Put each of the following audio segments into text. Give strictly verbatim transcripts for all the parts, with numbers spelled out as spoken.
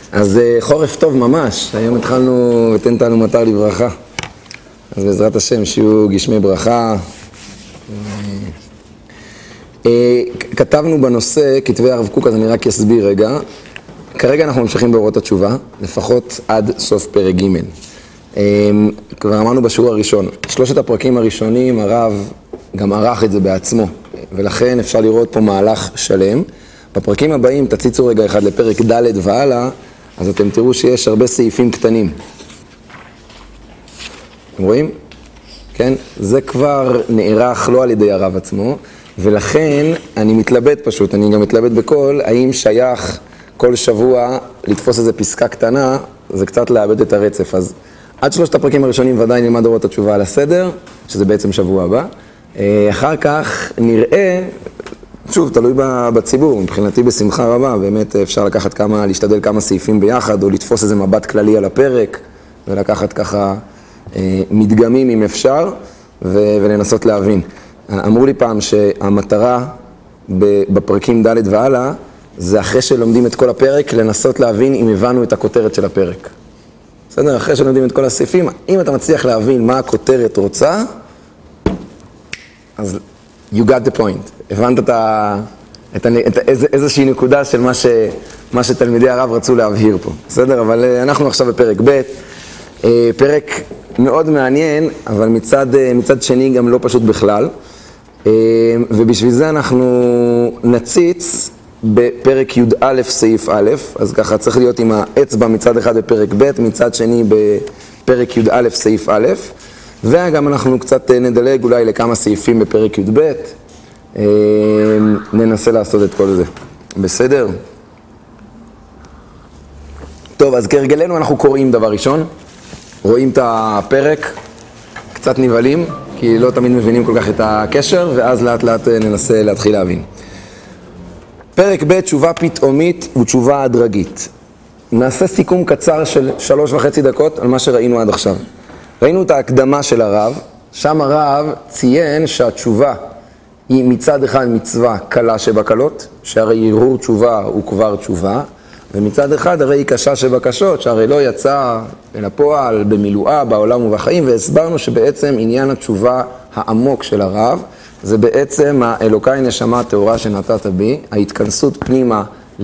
אז חורף טוב ממש, היום התחלנו, ותן תנו מטר לברכה. אז בעזרת השם שיהיו גשמי ברכה. כתבנו בנושא כתבי הרב קוק, אז אני רק אסביר רגע. כרגע אנחנו ממשיכים באורות התשובה, לפחות עד סוף פרק ג'. כבר אמרנו בשיעור הראשון, שלושת הפרקים הראשונים הרב גם ערך את זה בעצמו, ולכן אפשר לראות פה מהלך שלם. בפרקים הבאים תציצו רגע אחד לפרק ד' והלאה, אז אתם תראו שיש הרבה סעיפים קטנים. אתם רואים? כן? זה כבר נערך לא על ידי הרב עצמו, ולכן אני מתלבט פשוט, אני גם מתלבט בכל, האם שייך כל שבוע לתפוס איזה פסקה קטנה, זה קצת לאבד את הרצף. אז עד שלושת הפרקים הראשונים ודאי נלמד אורות התשובה על הסדר, שזה בעצם שבוע הבא. אחר כך נראה, שוב, תלוי בציבור, מבחינתי בשמחה רבה, באמת אפשר לקחת כמה, להשתדל כמה סעיפים ביחד, או לתפוס איזה מבט כללי על הפרק, ולקחת ככה מדגמים אם אפשר, ולנסות להבין. אמרו לי פעם שהמטרה בפרקים ד' והלאה, זה אחרי שלומדים את כל הפרק, לנסות להבין אם הבנו את הכותרת של הפרק. בסדר? אחרי שלומדים את כל הסעיפים, אם אתה מצליח להבין מה הכותרת רוצה, אז you got the point. הבנת את ה... את ה... את ה... איז... איזושהי נקודה של מה, ש... מה שתלמידי הרב רצו להבהיר פה. בסדר? אבל אנחנו עכשיו בפרק ב', פרק מאוד מעניין, אבל מצד, מצד שני גם לא פשוט בכלל. ובשביל זה אנחנו נציץ בפרק י"א סעיף א', אז ככה צריך להיות עם האצבע מצד אחד בפרק ב', מצד שני בפרק י"א סעיף א', וגם אנחנו קצת נדלג אולי לכמה סעיפים בפרק י"ב, ננסה לעשות את כל זה. בסדר? טוב, אז כרגלנו אנחנו קוראים דבר ראשון, רואים את הפרק, קצת נבלים, כי לא תמיד מבינים כל כך את הקשר, ואז לאט לאט ננסה להתחיל להבין. פרק ב' תשובה פתאומית ותשובה הדרגית. נעשה סיכום קצר של שלוש וחצי דקות על מה שראינו עד עכשיו. ראינו את ההקדמה של הרב, שם הרב ציין שהתשובה היא מצד אחד מצווה קלה שבקלות, שהרי הרהור תשובה הוא כבר תשובה, ומצד אחד הרי היא קשה שבקשות, שהרי לא יצא אל הפועל במילואה בעולם ובחיים, והסברנו שבעצם עניין התשובה העמוק של הרב, זה בעצם האלוקי נשמה התאורה שנתת בי, ההתכנסות פנימה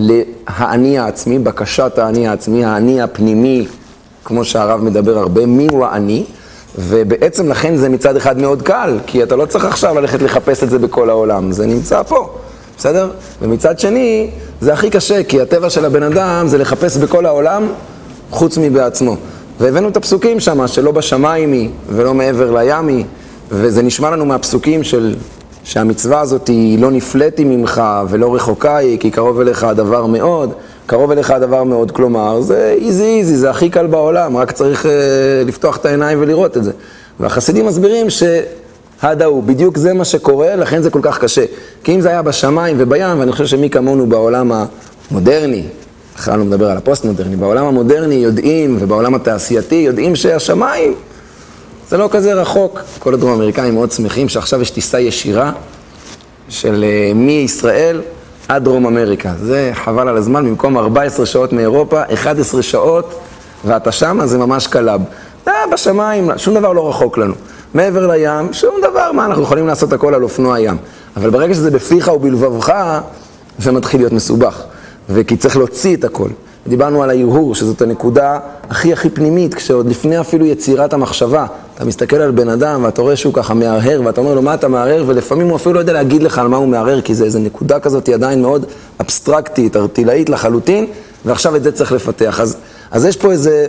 להאני העצמי, בקשת האני העצמי, האני הפנימי, כמו שהרב מדבר הרבה, מי הוא האני, ובעצם לכן זה מצד אחד מאוד קל, כי אתה לא צריך עכשיו ללכת לחפש את זה בכל העולם, זה נמצא פה, בסדר? ומצד שני, זה הכי קשה, כי הטבע של הבן אדם זה לחפש בכל העולם, חוץ מבעצמו. והבאנו את הפסוקים שם, שלא בשמיים היא ולא מעבר לים היא, וזה נשמע לנו מהפסוקים של שהמצווה הזאת היא לא נפלטי ממך ולא רחוקה היא, כי קרוב אליך הדבר מאוד, קרוב אליך הדבר מאוד, כלומר, זה איזי איזי, זה הכי קל בעולם, רק צריך uh, לפתוח את העיניים ולראות את זה. והחסידים מסבירים שהדאו, בדיוק זה מה שקורה, לכן זה כל כך קשה. כי אם זה היה בשמיים ובים, ואני חושב שמי כמונו בעולם המודרני, בכלל לא מדבר על הפוסט-מודרני, בעולם המודרני יודעים, ובעולם התעשייתי יודעים שהשמיים, זה לא כזה רחוק. כל הדרום האמריקאים מאוד שמחים שעכשיו יש טיסה ישירה של מישראל עד דרום אמריקה. זה חבל על הזמן, במקום ארבע עשרה שעות מאירופה, אחת עשרה שעות, ואתה שם, זה ממש קלב. זה בשמיים, שום דבר לא רחוק לנו. מעבר לים, שום דבר, מה, אנחנו יכולים לעשות הכל על אופנוע ים. אבל ברגע שזה בפיך ובלבבך, זה מתחיל להיות מסובך. וכי צריך להוציא את הכל. דיברנו על ההרהור, שזאת הנקודה הכי הכי פנימית, כשעוד לפני אפילו יצירת המחשבה, אתה מסתכל על בן אדם ואתה רואה שהוא ככה מערער, ואתה אומר לו מה אתה מערער, ולפעמים הוא אפילו לא יודע להגיד לך על מה הוא מערער, כי זה איזו נקודה כזאת, היא עדיין מאוד אבסטרקטית, ארטילאית לחלוטין, ועכשיו את זה צריך לפתח. אז, אז יש פה איזה,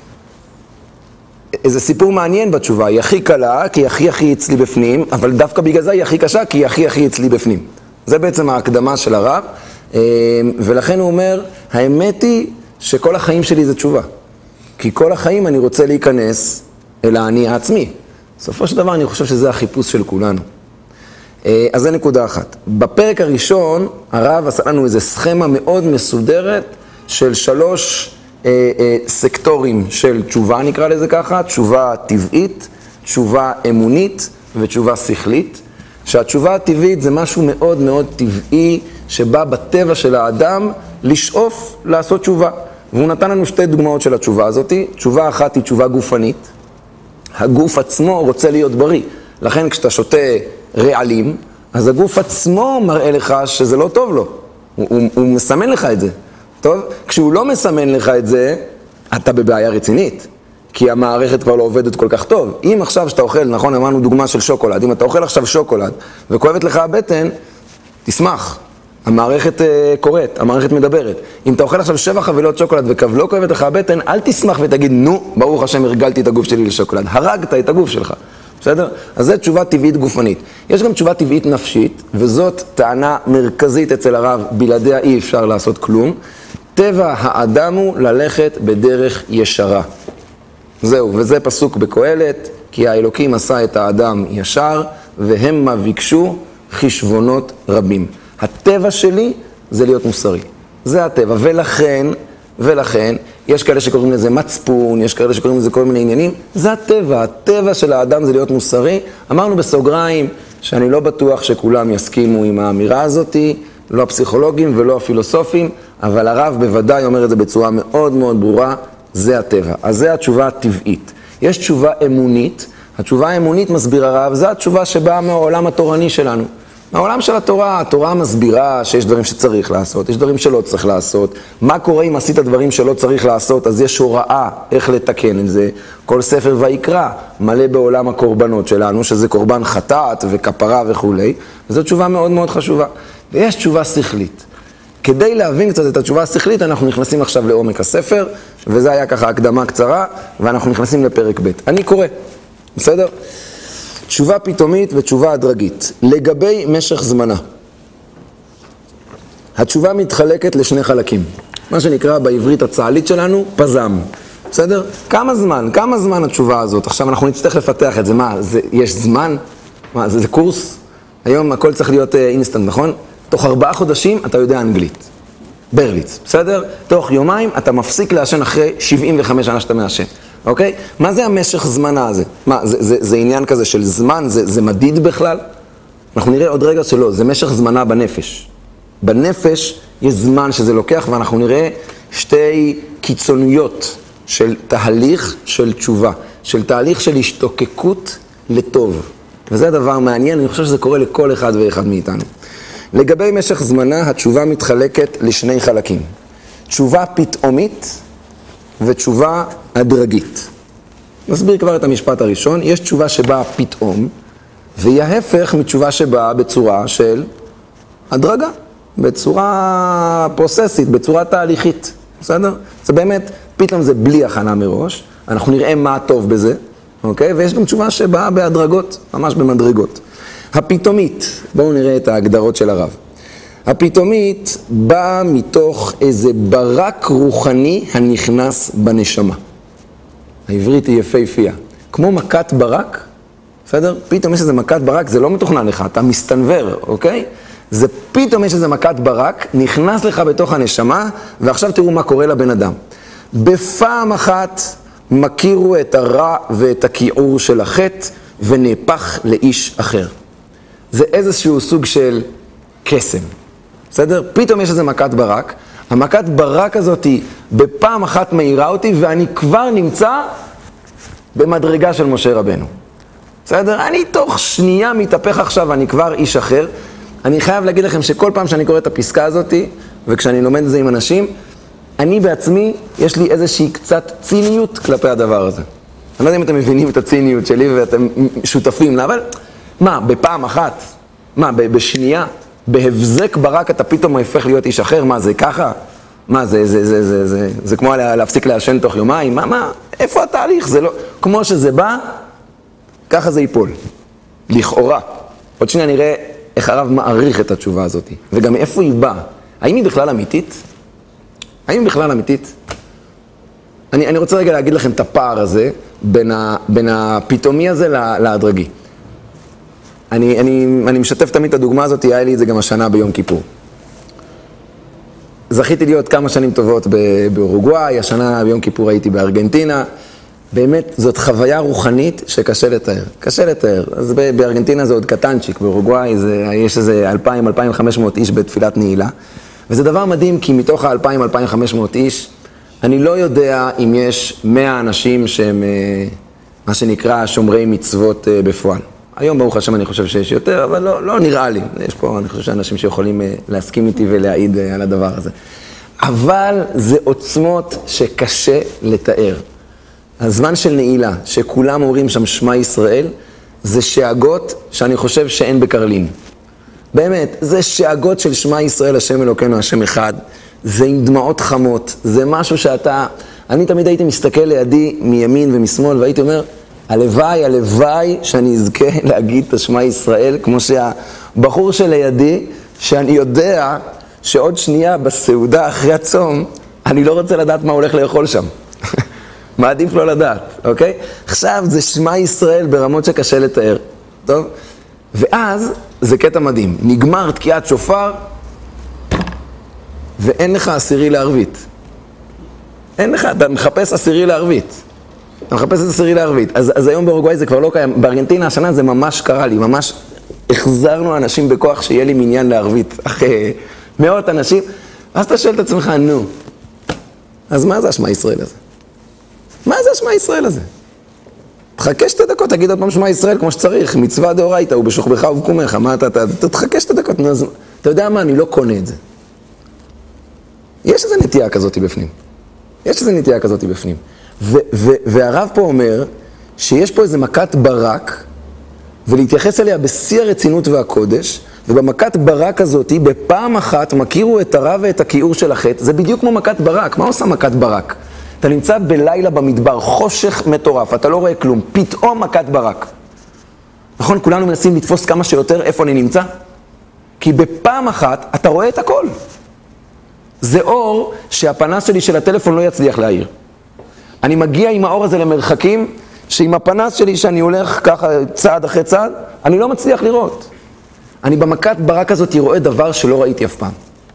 איזה סיפור מעניין בתשובה, היא הכי קלה, כי היא הכי הכי אצלי בפנים, אבל דווקא בגלל זה היא הכי קשה, כי היא הכי הכי אצלי בפנים. זה בעצם ההקדמה של הרב. ולכן הוא אומר, האמת היא שכל החיים שלי זה תשובה. כי כל החיים אני רוצה להיכנס אל האני העצמי. בסופו של דבר אני חושב שזה החיפוש של כולנו. אז זה נקודה אחת. בפרק הראשון, הרב עשה לנו איזו סכמה מאוד מסודרת של שלוש אה, אה, סקטורים של תשובה, נקרא לזה ככה, תשובה טבעית, תשובה אמונית ותשובה שכלית. שהתשובה הטבעית זה משהו מאוד מאוד טבעי, שבא בטבע של האדם לשאוף לעשות תשובה. והוא נתן לנו שתי דוגמאות של התשובה הזאת. תשובה אחת היא תשובה גופנית. הגוף עצמו רוצה להיות בריא. לכן כשאתה שותה רעלים, אז הגוף עצמו מראה לך שזה לא טוב לו. הוא, הוא, הוא מסמן לך את זה. טוב? כשהוא לא מסמן לך את זה, אתה בבעיה רצינית. כי המערכת כבר לא עובדת כל כך טוב. אם עכשיו שאתה אוכל, נכון, אמרנו דוגמה של שוקולד, אם אתה אוכל עכשיו שוקולד וכואבת לך הבטן, תשמח. המערכת uh, קוראת, המערכת מדברת. אם אתה אוכל עכשיו שבע חבילות שוקולד וכב לא כואבת לך הבטן, אל תשמח ותגיד, נו, ברוך השם, הרגלתי את הגוף שלי לשוקולד. הרגת את הגוף שלך. בסדר? אז זו תשובה טבעית גופנית. יש גם תשובה טבעית נפשית, וזאת טענה מרכזית אצל הרב, בלעדיה אי אפשר לעשות כלום. טבע האדם הוא ללכת בדרך ישרה. זהו, וזה פסוק בקהלת, כי האלוקים עשה את האדם ישר, והם ביקשו חשבונות רבים. הטבע שלי זה להיות מוסרי. זה הטבע, ולכן, ולכן, יש כאלה שקוראים לזה מצפון, יש כאלה שקוראים לזה כל מיני עניינים, זה הטבע, הטבע של האדם זה להיות מוסרי. אמרנו בסוגריים שאני לא בטוח שכולם יסכימו עם האמירה הזאת, לא הפסיכולוגים ולא הפילוסופים, אבל הרב בוודאי אומר את זה בצורה מאוד מאוד ברורה, זה הטבע. אז זה התשובה הטבעית. יש תשובה אמונית, התשובה האמונית מסביר הרב, זה התשובה שבאה מהעולם התורני שלנו. מהעולם של התורה, התורה מסבירה שיש דברים שצריך לעשות, יש דברים שלא צריך לעשות. מה קורה אם עשית דברים שלא צריך לעשות, אז יש הוראה איך לתקן את זה. כל ספר ויקרא מלא בעולם הקורבנות שלנו, שזה קורבן חטאת וכפרה וכו'. וזו תשובה מאוד מאוד חשובה. ויש תשובה שכלית. כדי להבין קצת את התשובה השכלית, אנחנו נכנסים עכשיו לעומק הספר, וזה היה ככה הקדמה קצרה, ואנחנו נכנסים לפרק ב'. אני קורא, בסדר? תשובה פתאומית ותשובה הדרגית. לגבי משך זמנה. התשובה מתחלקת לשני חלקים. מה שנקרא בעברית הצה"לית שלנו, פזם. בסדר? כמה זמן? כמה זמן התשובה הזאת? עכשיו אנחנו נצטרך לפתח את זה. מה? זה, יש זמן? מה? זה, זה קורס? היום הכל צריך להיות אינסטנט, נכון? תוך ארבעה חודשים אתה יודע אנגלית. ברליץ, בסדר? תוך יומיים אתה מפסיק לעשן אחרי שבעים וחמש שנה שאתה מעשן. אוקיי? מה זה המשך זמנה הזה? מה, זה, זה, זה עניין כזה של זמן? זה, זה מדיד בכלל? אנחנו נראה עוד רגע שלא, זה משך זמנה בנפש. בנפש יש זמן שזה לוקח, ואנחנו נראה שתי קיצוניות של תהליך של תשובה, של תהליך של השתוקקות לטוב. וזה הדבר מעניין, אני חושב שזה קורה לכל אחד ואחד מאיתנו. לגבי משך זמנה, התשובה מתחלקת לשני חלקים. תשובה פתאומית ותשובה הדרגית. נסביר כבר את המשפט הראשון. יש תשובה שבאה פתאום, והיא ההפך מתשובה שבאה בצורה של הדרגה, בצורה פרוססית, בצורה תהליכית. בסדר? זה באמת, פתאום זה בלי הכנה מראש. אנחנו נראה מה טוב בזה, אוקיי? ויש גם תשובה שבאה בהדרגות, ממש במדרגות. הפתאומית, בואו נראה את ההגדרות של הרב. הפתאומית באה מתוך איזה ברק רוחני הנכנס בנשמה. העברית היא יפהפייה. כמו מכת ברק, בסדר? פתאום יש איזה מכת ברק, זה לא מתוכנן לך, אתה מסתנבר, אוקיי? זה פתאום יש איזה מכת ברק, נכנס לך בתוך הנשמה, ועכשיו תראו מה קורה לבן אדם. בפעם אחת מכירו את הרע ואת הכיעור של החטא, ונהפך לאיש אחר. זה איזשהו סוג של קסם. בסדר? פתאום יש איזה מכת ברק. המכת ברק הזאת היא בפעם אחת מהירה אותי, ואני כבר נמצא במדרגה של משה רבנו. בסדר? אני תוך שנייה מתהפך עכשיו, אני כבר איש אחר. אני חייב להגיד לכם שכל פעם שאני קורא את הפסקה הזאת, וכשאני לומד את זה עם אנשים, אני בעצמי, יש לי איזושהי קצת ציניות כלפי הדבר הזה. אני לא יודע אם אתם מבינים את הציניות שלי ואתם שותפים לה, אבל מה, בפעם אחת? מה, בשנייה? בהבזק ברק אתה פתאום הופך להיות איש אחר? מה, זה ככה? מה, זה, זה, זה, זה, זה, זה כמו להפסיק לעשן תוך יומיים? מה, מה, איפה התהליך? זה לא, כמו שזה בא, ככה זה ייפול. לכאורה. עוד שנייה נראה איך הרב מעריך את התשובה הזאת. וגם איפה היא באה? האם היא בכלל אמיתית? האם היא בכלל אמיתית? אני, אני רוצה רגע להגיד לכם את הפער הזה, בין, ה, בין הפתאומי הזה להדרגי. אני, אני, אני משתף תמיד את הדוגמה הזאת, היה לי את זה גם השנה ביום כיפור. זכיתי להיות כמה שנים טובות באורוגוואי, השנה ביום כיפור הייתי בארגנטינה. באמת, זאת חוויה רוחנית שקשה לתאר. קשה לתאר. אז בארגנטינה זה עוד קטנצ'יק, באורוגוואי זה, יש איזה אלפיים עד אלפיים וחמש מאות איש בתפילת נעילה. וזה דבר מדהים, כי מתוך ה-אלפיים עד אלפיים וחמש מאות איש, אני לא יודע אם יש מאה אנשים שהם, מה שנקרא, שומרי מצוות בפועל. היום ברוך השם אני חושב שיש יותר, אבל לא, לא נראה לי. יש פה, אני חושב שאנשים שיכולים להסכים איתי ולהעיד על הדבר הזה. אבל זה עוצמות שקשה לתאר. הזמן של נעילה, שכולם אומרים שם שמע ישראל, זה שאגות שאני חושב שאין בקרלין. באמת, זה שאגות של שמע ישראל, השם אלוקינו, השם אחד. זה עם דמעות חמות, זה משהו שאתה... אני תמיד הייתי מסתכל לידי מימין ומשמאל, והייתי אומר, הלוואי, הלוואי שאני אזכה להגיד את השמע ישראל, כמו שהבחור שלידי, שאני יודע שעוד שנייה בסעודה אחרי הצום, אני לא רוצה לדעת מה הולך לאכול שם. מה עדיף לא לדעת, אוקיי? עכשיו זה שמע ישראל ברמות שקשה לתאר, טוב? ואז זה קטע מדהים, נגמר תקיעת שופר, ואין לך עשירי לערבית. אין לך, אתה מחפש עשירי לערבית. אתה מחפש את עשירי לערבית. אז, אז היום באורוגוואי זה כבר לא קיים. בארגנטינה השנה זה ממש קרה לי, ממש החזרנו אנשים בכוח שיהיה לי מניין לערבית. אחרי מאות אנשים. אז אתה שואל את עצמך, נו, אז מה זה השמע ישראל הזה? מה זה השמע ישראל הזה? תחכה שתי דקות, תגיד עוד פעם שמע ישראל כמו שצריך, מצווה דאורייתא, ובשוכבך ובקומך, מה אתה, אתה, אתה תחכה שתי דקות, נו, אז, אתה יודע מה, אני לא קונה את זה. יש איזו נטייה כזאת בפנים. יש איזו נטייה כזאת בפנים. ו- ו- והרב פה אומר שיש פה איזו מכת ברק, ולהתייחס אליה בשיא הרצינות והקודש, ובמכת ברק הזאת, בפעם אחת, מכירו את הרב ואת הכיעור של החטא, זה בדיוק כמו מכת ברק. מה עושה מכת ברק? אתה נמצא בלילה במדבר, חושך מטורף, אתה לא רואה כלום, פתאום מכת ברק. נכון? כולנו מנסים לתפוס כמה שיותר איפה אני נמצא? כי בפעם אחת אתה רואה את הכל. זה אור שהפנס שלי של הטלפון לא יצליח להעיר. אני מגיע עם האור הזה למרחקים, שעם הפנס שלי שאני הולך ככה צעד אחרי צעד, אני לא מצליח לראות. אני במכת ברק הזאת רואה דבר שלא ראיתי אף פעם.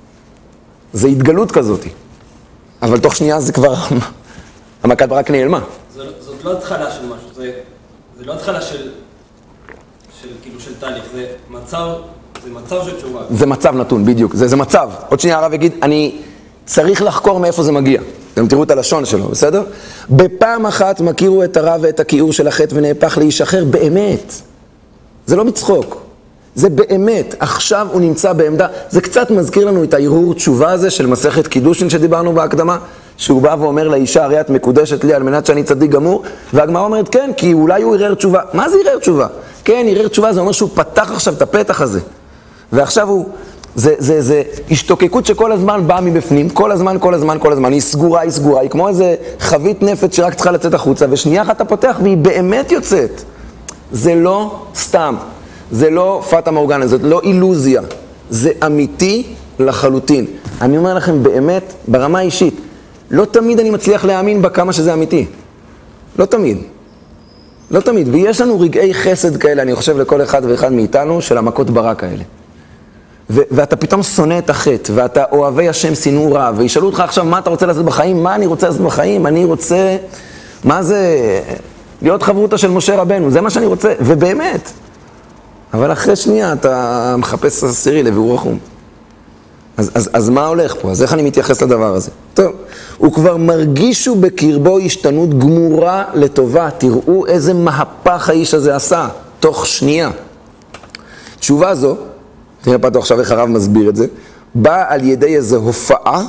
זה התגלות כזאת. אבל תוך שנייה זה כבר, המכת ברק נעלמה. זאת לא התחלה של משהו, זה, זה לא התחלה של, של, כאילו של תהליך, זה מצב, זה מצב של תשובה. זה מצב נתון, בדיוק. זה, זה מצב. עוד שנייה הרב יגיד, אני צריך לחקור מאיפה זה מגיע. אתם תראו את הלשון שלו, בסדר? בפעם אחת מכירו את הרב ואת הכיעור של החטא ונהפך לאיש אחר, באמת. זה לא מצחוק. זה באמת. עכשיו הוא נמצא בעמדה. זה קצת מזכיר לנו את ההרהור תשובה הזה של מסכת קידושין שדיברנו בהקדמה, שהוא בא ואומר לאישה, הרי את מקודשת לי על מנת שאני צדיק גמור, והגמרא אומרת כן, כי אולי הוא ערער תשובה. מה זה ערער תשובה? כן, ערער תשובה זה אומר שהוא פתח עכשיו את הפתח הזה. ועכשיו הוא, זה, זה, זה השתוקקות שכל הזמן באה מבפנים, כל הזמן, כל הזמן, כל הזמן, היא סגורה, היא סגורה, היא כמו איזה חבית נפץ שרק צריכה לצאת החוצה, ושנייה אחת אתה פותח והיא באמת יוצאת. זה לא סתם, זה לא פאטה מורגנה, זאת לא אילוזיה, זה אמיתי לחלוטין. אני אומר לכם באמת, ברמה האישית, לא תמיד אני מצליח להאמין בכמה שזה אמיתי. לא תמיד. לא תמיד. ויש לנו רגעי חסד כאלה, אני חושב לכל אחד ואחד מאיתנו, של המכות ברק האלה. ו- ואתה פתאום שונא את החטא, ואתה אוהבי השם שנאו רע, וישאלו אותך עכשיו מה אתה רוצה לעשות בחיים, מה אני רוצה לעשות בחיים, אני רוצה, מה זה, להיות חברותא של משה רבנו, זה מה שאני רוצה, ובאמת. אבל אחרי שנייה אתה מחפש עשירי לביאור רחום. אז, אז, אז מה הולך פה? אז איך אני מתייחס לדבר הזה? טוב, הוא כבר מרגישו בקרבו השתנות גמורה לטובה, תראו איזה מהפך האיש הזה עשה, תוך שנייה. תשובה זו, תראה פתאום עכשיו איך הרב מסביר את זה, בא על ידי איזו הופעה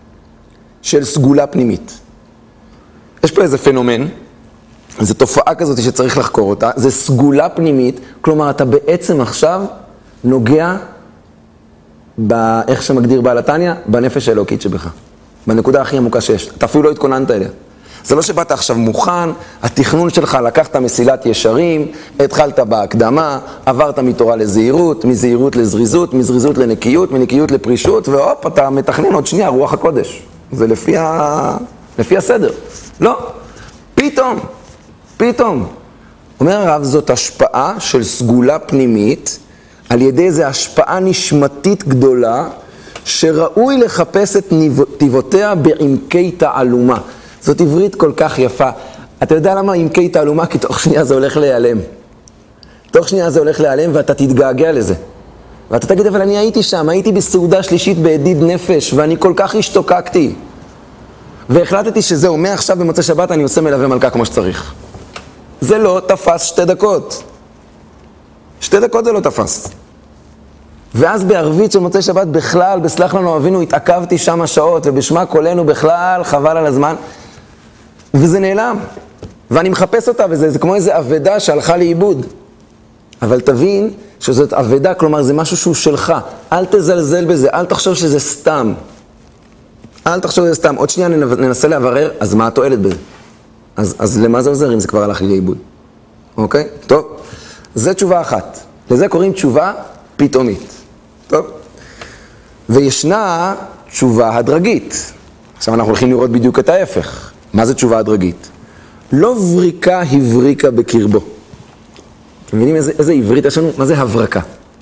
של סגולה פנימית. יש פה איזה פנומן, איזו תופעה כזאת שצריך לחקור אותה, זה סגולה פנימית, כלומר אתה בעצם עכשיו נוגע, באיך שמגדיר בעל התניא, בנפש האלוקית שבך, בנקודה הכי עמוקה שיש, אתה אפילו לא התכוננת אליה. זה לא שבאת עכשיו מוכן, התכנון שלך לקחת מסילת ישרים, התחלת בהקדמה, עברת מתורה לזהירות, מזהירות לזריזות, מזריזות לנקיות, מנקיות לפרישות, והופ, אתה מתכנן עוד שנייה, רוח הקודש. זה לפי, ה... לפי הסדר. לא, פתאום, פתאום. אומר הרב, זאת השפעה של סגולה פנימית, על ידי איזו השפעה נשמתית גדולה, שראוי לחפש את טיבותיה בעמקי תעלומה. זאת עברית כל כך יפה. אתה יודע למה עמקי תעלומה? כי תוך שנייה זה הולך להיעלם. תוך שנייה זה הולך להיעלם ואתה תתגעגע לזה. ואתה תגיד, אבל אני הייתי שם, הייתי בסעודה שלישית בידיד נפש, ואני כל כך השתוקקתי. והחלטתי שזהו, מעכשיו במוצאי שבת אני עושה מלווה מלכה כמו שצריך. זה לא תפס שתי דקות. שתי דקות זה לא תפס. ואז בערבית של מוצאי שבת בכלל, בסלח לנו אבינו, התעכבתי שם שעות, ובשמה קולנו בכלל חבל על הזמן. וזה נעלם. ואני מחפש אותה, וזה זה כמו איזו עבדה שהלכה לאיבוד. אבל תבין שזאת עבדה, כלומר זה משהו שהוא שלך. אל תזלזל בזה, אל תחשוב שזה סתם. אל תחשוב שזה סתם. עוד שנייה ננסה להברר, אז מה התועלת בזה? אז, אז למה זה עוזר אם זה כבר הלך לי לאיבוד? אוקיי? טוב. זה תשובה אחת. לזה קוראים תשובה פתאומית. טוב? וישנה תשובה הדרגית. עכשיו אנחנו הולכים לראות בדיוק את ההפך. מה זה תשובה הדרגית? לא בריקה הבריקה בקרבו. אתם מבינים איזה, איזה עברית יש לנו? מה זה הברקה?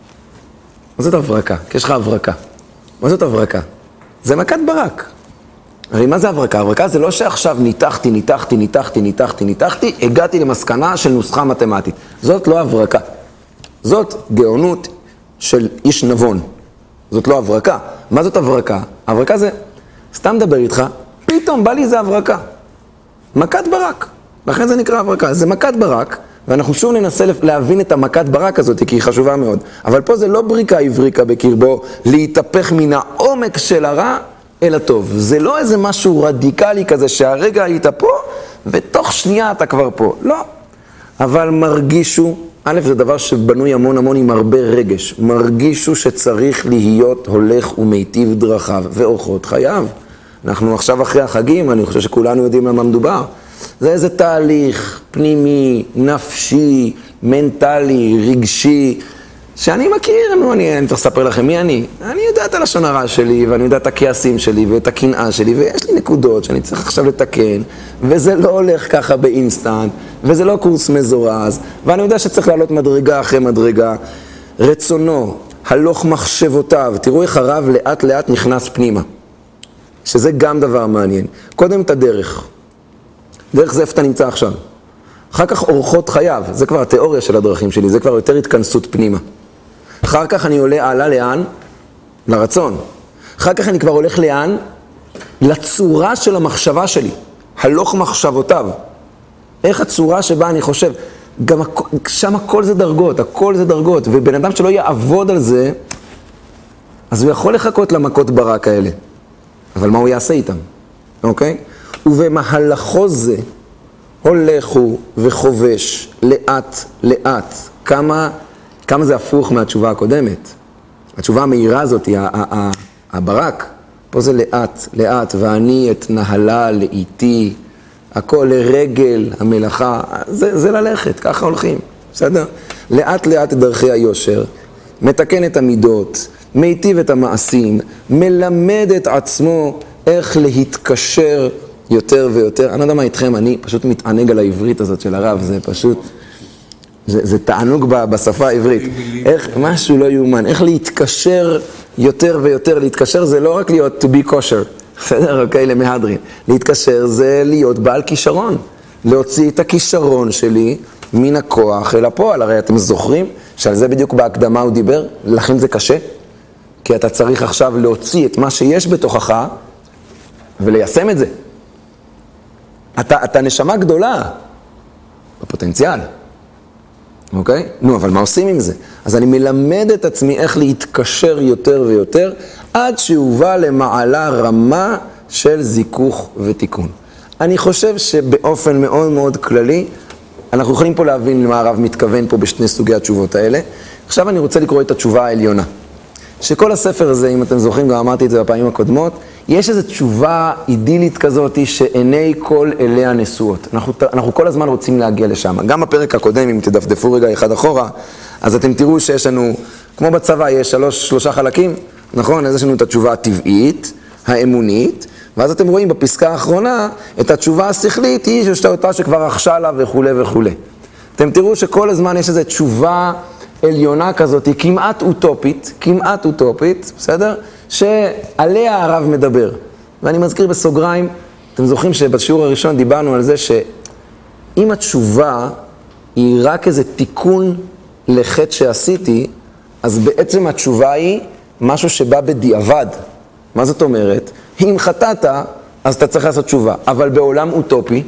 מה זאת הברקה? כי יש לך הברקה. מה זאת הברקה? זה מכת ברק. הרי מה זה הברקה? הברקה זה לא שעכשיו ניתחתי, ניתחתי, ניתחתי, ניתחתי, ניתחתי, הגעתי למסקנה של נוסחה מתמטית. זאת לא הברקה. זאת גאונות של איש נבון. זאת לא הברקה. מה זאת הברקה? הברקה זה, סתם מדבר איתך, פתאום בא לי זה הברקה. מכת ברק. לכן זה נקרא הברקה. זה מכת ברק, ואנחנו שוב ננסה להבין את המכת ברק הזאת, כי היא חשובה מאוד. אבל פה זה לא בריקה הבריקה בקרבו, להתהפך מן העומק של הרע אל הטוב. זה לא איזה משהו רדיקלי כזה, שהרגע היית פה, ותוך שנייה אתה כבר פה. לא. אבל מרגישו, א', זה דבר שבנוי המון המון עם הרבה רגש. מרגישו שצריך להיות הולך ומיטיב דרכיו ואורחות חייו. אנחנו עכשיו אחרי החגים, אני חושב שכולנו יודעים על מה מדובר. זה איזה תהליך פנימי, נפשי, מנטלי, רגשי, שאני מכיר, נו, אני, אני צריך לספר לכם מי אני. אני יודע את הלשון הרע שלי, ואני יודע את הכעסים שלי, ואת הקנאה שלי, ויש לי נקודות שאני צריך עכשיו לתקן, וזה לא הולך ככה באינסטנט, וזה לא קורס מזורז, ואני יודע שצריך לעלות מדרגה אחרי מדרגה. רצונו, הלוך מחשבותיו, תראו איך הרב לאט לאט נכנס פנימה. שזה גם דבר מעניין. קודם את הדרך. דרך זה איפה אתה נמצא עכשיו. אחר כך אורחות חייו, זה כבר התיאוריה של הדרכים שלי, זה כבר יותר התכנסות פנימה. אחר כך אני עולה עלה לאן? לרצון. אחר כך אני כבר הולך לאן? לצורה של המחשבה שלי. הלוך מחשבותיו. איך הצורה שבה אני חושב? גם שם הכל זה דרגות, הכל זה דרגות, ובן אדם שלא יעבוד על זה, אז הוא יכול לחכות למכות ברק האלה. אבל מה הוא יעשה איתם? אוקיי? ובמהלכו זה הולכו וחובש לאט לאט. כמה, כמה זה הפוך מהתשובה הקודמת. התשובה המהירה הזאת היא הברק. פה זה לאט לאט, ואני את נהלה לאיתי, הכל לרגל המלאכה. זה, זה ללכת, ככה הולכים. בסדר? לאט לאט דרכי היושר, מתקן את המידות, מיטיב את המעשים, מלמד את עצמו איך להתקשר יותר ויותר. אני לא יודע מה איתכם, אני פשוט מתענג על העברית הזאת של הרב, זה פשוט, זה, זה תענוג בשפה העברית. איך, משהו לא יאומן, איך להתקשר יותר ויותר. להתקשר זה לא רק להיות to be kosher, בסדר? אוקיי, למהדרין. להתקשר זה להיות בעל כישרון, להוציא את הכישרון שלי מן הכוח אל הפועל. הרי אתם זוכרים שעל זה בדיוק בהקדמה הוא דיבר, לכן זה קשה. כי אתה צריך עכשיו להוציא את מה שיש בתוכך וליישם את זה. אתה, אתה נשמה גדולה בפוטנציאל. אוקיי? נו, אבל מה עושים עם זה? אז אני מלמד את עצמי איך להתקשר יותר ויותר, עד שהוא בא למעלה רמה של זיכוך ותיקון. אני חושב שבאופן מאוד מאוד כללי, אנחנו יכולים פה להבין למה הרב מתכוון פה בשני סוגי התשובות האלה. עכשיו אני רוצה לקרוא את התשובה העליונה. שכל הספר הזה, אם אתם זוכרים, גם אמרתי את זה בפעמים הקודמות, יש איזו תשובה אידילית כזאת שעיני כל אליה נשואות. אנחנו, אנחנו כל הזמן רוצים להגיע לשם. גם בפרק הקודם, אם תדפדפו רגע אחד אחורה, אז אתם תראו שיש לנו, כמו בצבא, יש שלוש, שלושה חלקים, נכון? אז יש לנו את התשובה הטבעית, האמונית, ואז אתם רואים בפסקה האחרונה, את התשובה השכלית היא שאתה אותה שכבר רכשה לה וכו' וכו'. אתם תראו שכל הזמן יש איזו תשובה עליונה כזאת, היא כמעט אוטופית, כמעט אוטופית, בסדר? שעליה הרב מדבר. ואני מזכיר בסוגריים, אתם זוכרים שבשיעור הראשון דיברנו על זה שאם התשובה היא רק איזה תיקון לחטא שעשיתי, אז בעצם התשובה היא משהו שבא בדיעבד. מה זאת אומרת? אם חטאת, אז אתה צריך לעשות תשובה. אבל בעולם אוטופי,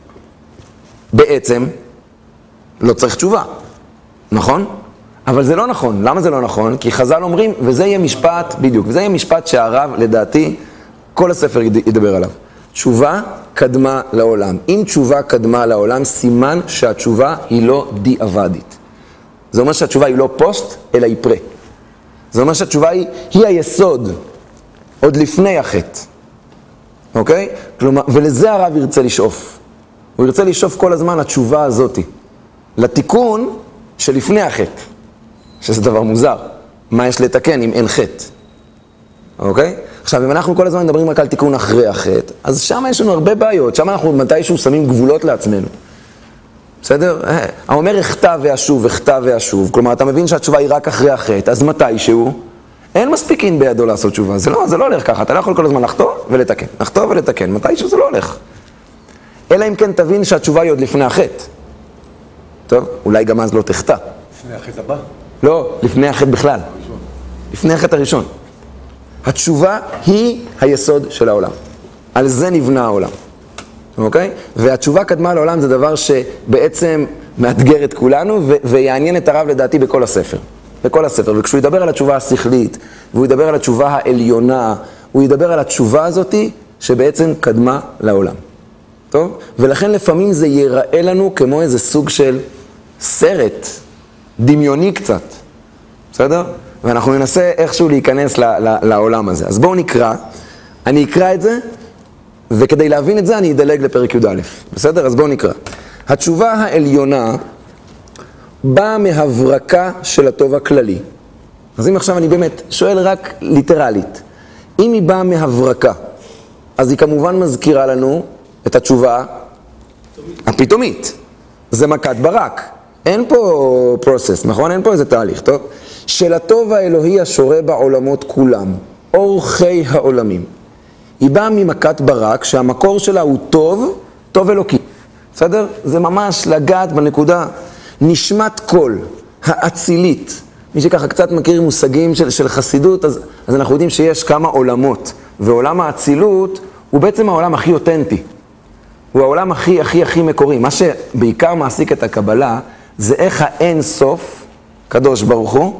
בעצם, לא צריך תשובה. נכון? אבל זה לא נכון. למה זה לא נכון? כי חז"ל אומרים, וזה יהיה משפט, בדיוק, וזה יהיה משפט שהרב, לדעתי, כל הספר ידבר עליו. תשובה קדמה לעולם. אם תשובה קדמה לעולם, סימן שהתשובה היא לא דיעבדית. זה אומר שהתשובה היא לא פוסט, אלא היא פרה. זה אומר שהתשובה היא, היא היסוד, עוד לפני החטא. אוקיי? כלומר, ולזה הרב ירצה לשאוף. הוא ירצה לשאוף כל הזמן לתשובה הזאת. לתיקון שלפני החטא. שזה דבר מוזר. מה יש לתקן אם אין חטא? אוקיי? עכשיו, אם אנחנו כל הזמן מדברים רק על תיקון אחרי החטא, אז שם יש לנו הרבה בעיות. שם אנחנו מתישהו שמים גבולות לעצמנו. בסדר? האומר הכתב ואשוב, הכתב ואשוב. כלומר, אתה מבין שהתשובה היא רק אחרי החטא, אז מתישהו אין מספיקין בידו לעשות תשובה. זה לא, זה לא הולך ככה. אתה לא יכול כל הזמן לחטוא ולתקן. לחטוא ולתקן. מתישהו זה לא הולך. אלא אם כן תבין שהתשובה היא עוד לפני החטא. טוב? אולי גם אז לא תחטא. לפני החטא הבא? לא, לפני החטא בכלל. לפני החטא הראשון. התשובה היא היסוד של העולם. על זה נבנה העולם. אוקיי? והתשובה קדמה לעולם זה דבר שבעצם מאתגר את כולנו ו- ויעניין את הרב לדעתי בכל הספר. בכל הספר. וכשהוא ידבר על התשובה השכלית, והוא ידבר על התשובה העליונה, הוא ידבר על התשובה הזאת שבעצם קדמה לעולם. טוב? ולכן לפעמים זה ייראה לנו כמו איזה סוג של סרט, דמיוני קצת. בסדר? ואנחנו ננסה איכשהו להיכנס ל- ל- לעולם הזה. אז בואו נקרא. אני אקרא את זה, וכדי להבין את זה אני אדלג לפרק י"א. בסדר? אז בואו נקרא. התשובה העליונה באה מהברקה של הטוב הכללי. אז אם עכשיו אני באמת שואל רק ליטרלית, אם היא באה מהברקה, אז היא כמובן מזכירה לנו את התשובה הפתאומית. זה מכת ברק. אין פה פרוסס, נכון? אין פה איזה תהליך, טוב? של הטוב האלוהי השורה בעולמות כולם, אורחי העולמים. היא באה ממכת ברק שהמקור שלה הוא טוב, טוב אלוקי. בסדר? זה ממש לגעת בנקודה. נשמת קול, האצילית. מי שככה קצת מכיר מושגים של, של חסידות, אז, אז אנחנו יודעים שיש כמה עולמות. ועולם האצילות הוא בעצם העולם הכי אותנטי. הוא העולם הכי הכי הכי מקורי. מה שבעיקר מעסיק את הקבלה, זה איך האין סוף, קדוש ברוך הוא,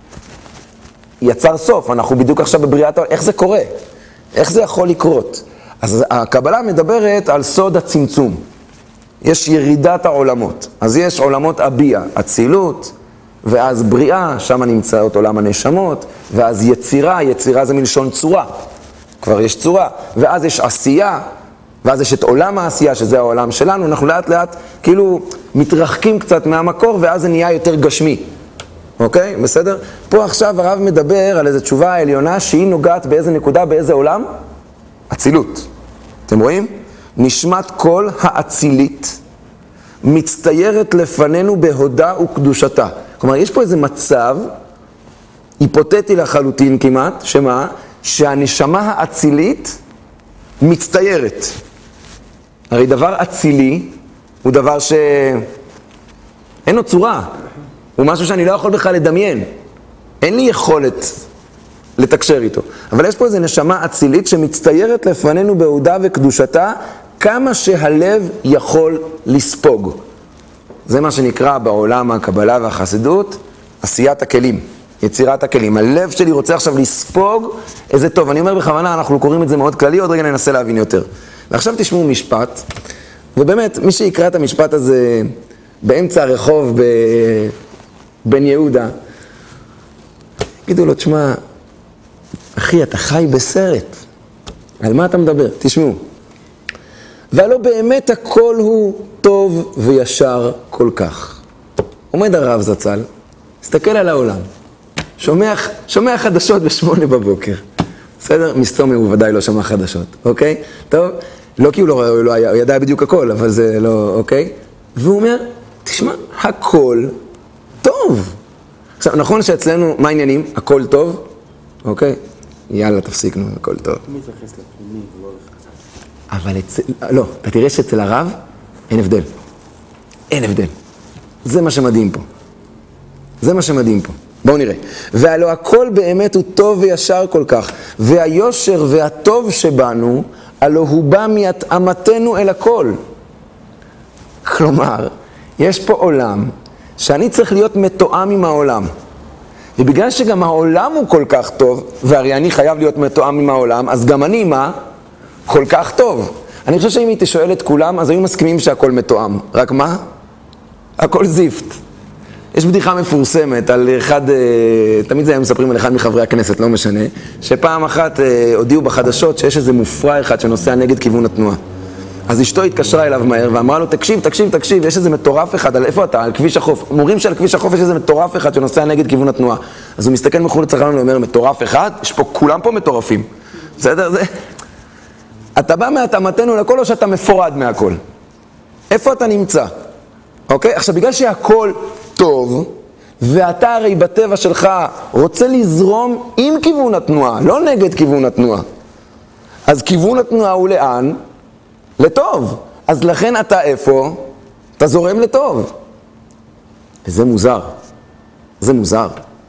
יצר סוף. אנחנו בדיוק עכשיו בבריאת העולם. איך זה קורה? איך זה יכול לקרות? אז הקבלה מדברת על סוד הצמצום. יש ירידת העולמות. אז יש עולמות אביה, אצילות, ואז בריאה, שם נמצא את עולם הנשמות, ואז יצירה, יצירה זה מלשון צורה. כבר יש צורה. ואז יש עשייה, ואז יש את עולם העשייה, שזה העולם שלנו. אנחנו לאט לאט כאילו מתרחקים קצת מהמקור, ואז זה נהיה יותר גשמי. אוקיי? בסדר? פה עכשיו הרב מדבר על איזו תשובה העליונה שהיא נוגעת באיזה נקודה, באיזה עולם? אצילות. אתם רואים? נשמת כל האצילית מצטיירת לפנינו בהודה וקדושתה. כלומר, יש פה איזה מצב היפותטי לחלוטין כמעט, שמה? שהנשמה האצילית מצטיירת. הרי דבר אצילי הוא דבר שאין לו צורה. הוא משהו שאני לא יכול בכלל לדמיין. אין לי יכולת לתקשר איתו. אבל יש פה איזו נשמה אצילית שמצטיירת לפנינו בהודה וקדושתה, כמה שהלב יכול לספוג. זה מה שנקרא בעולם הקבלה והחסידות, עשיית הכלים, יצירת הכלים. הלב שלי רוצה עכשיו לספוג איזה טוב. אני אומר בכוונה, אנחנו קוראים את זה מאוד כללי, עוד רגע ננסה להבין יותר. ועכשיו תשמעו משפט, ובאמת, מי שיקרא את המשפט הזה באמצע הרחוב ב... בן יהודה, יגידו לו, תשמע, אחי, אתה חי בסרט. על מה אתה מדבר? תשמעו. והלא באמת הכל הוא טוב וישר כל כך. עומד הרב זצ"ל, מסתכל על העולם, שומע, שומע חדשות בשמונה בבוקר. בסדר? מסתומי הוא ודאי לא שמע חדשות, אוקיי? טוב? לא כי הוא לא, הוא לא היה, הוא ידע בדיוק הכל, אבל זה לא, אוקיי? והוא אומר, תשמע, הכל טוב. עכשיו, נכון שאצלנו, מה העניינים? הכל טוב? אוקיי? יאללה, תפסיקנו, הכל טוב. מי מתייחס לפנימי ולא לחצה? אבל אצל... לא, אתה תראה שאצל הרב אין הבדל. אין הבדל. זה מה שמדהים פה. זה מה שמדהים פה. בואו נראה. והלא הכל באמת הוא טוב וישר כל כך, והיושר והטוב שבנו הלא הוא בא מהתאמתנו אל הכל. כלומר, יש פה עולם שאני צריך להיות מתואם עם העולם. ובגלל שגם העולם הוא כל כך טוב, והרי אני חייב להיות מתואם עם העולם, אז גם אני, מה? כל כך טוב. אני חושב שאם הייתי שואל את כולם, אז היו מסכימים שהכל מתואם. רק מה? הכל זיפט. יש בדיחה מפורסמת על אחד, תמיד זה היה מספרים על אחד מחברי הכנסת, לא משנה, שפעם אחת הודיעו בחדשות שיש איזה מופרע אחד שנוסע נגד כיוון התנועה. אז אשתו התקשרה אליו מהר ואמרה לו, תקשיב, תקשיב, תקשיב, יש איזה מטורף אחד, על איפה אתה? על כביש החוף. אומרים שעל כביש החוף יש איזה מטורף אחד שנוסע נגד כיוון התנועה. אז הוא מסתכל מחוץ לצרכן ואומר, מטורף אחד? יש פה, כולם פה מטורפים. בסדר? זה... אתה בא מהתאמתנו לכל או שאתה מפורד מהכל? איפה אתה נמצא? אוקיי? עכשיו, בגלל שהכל טוב, ואתה הרי בטבע שלך רוצה לזרום עם כיוון התנועה, לא נגד כיוון התנועה. אז כיוון התנועה הוא לאן? לטוב. אז לכן אתה איפה? אתה זורם לטוב. וזה מוזר. זה מוזר.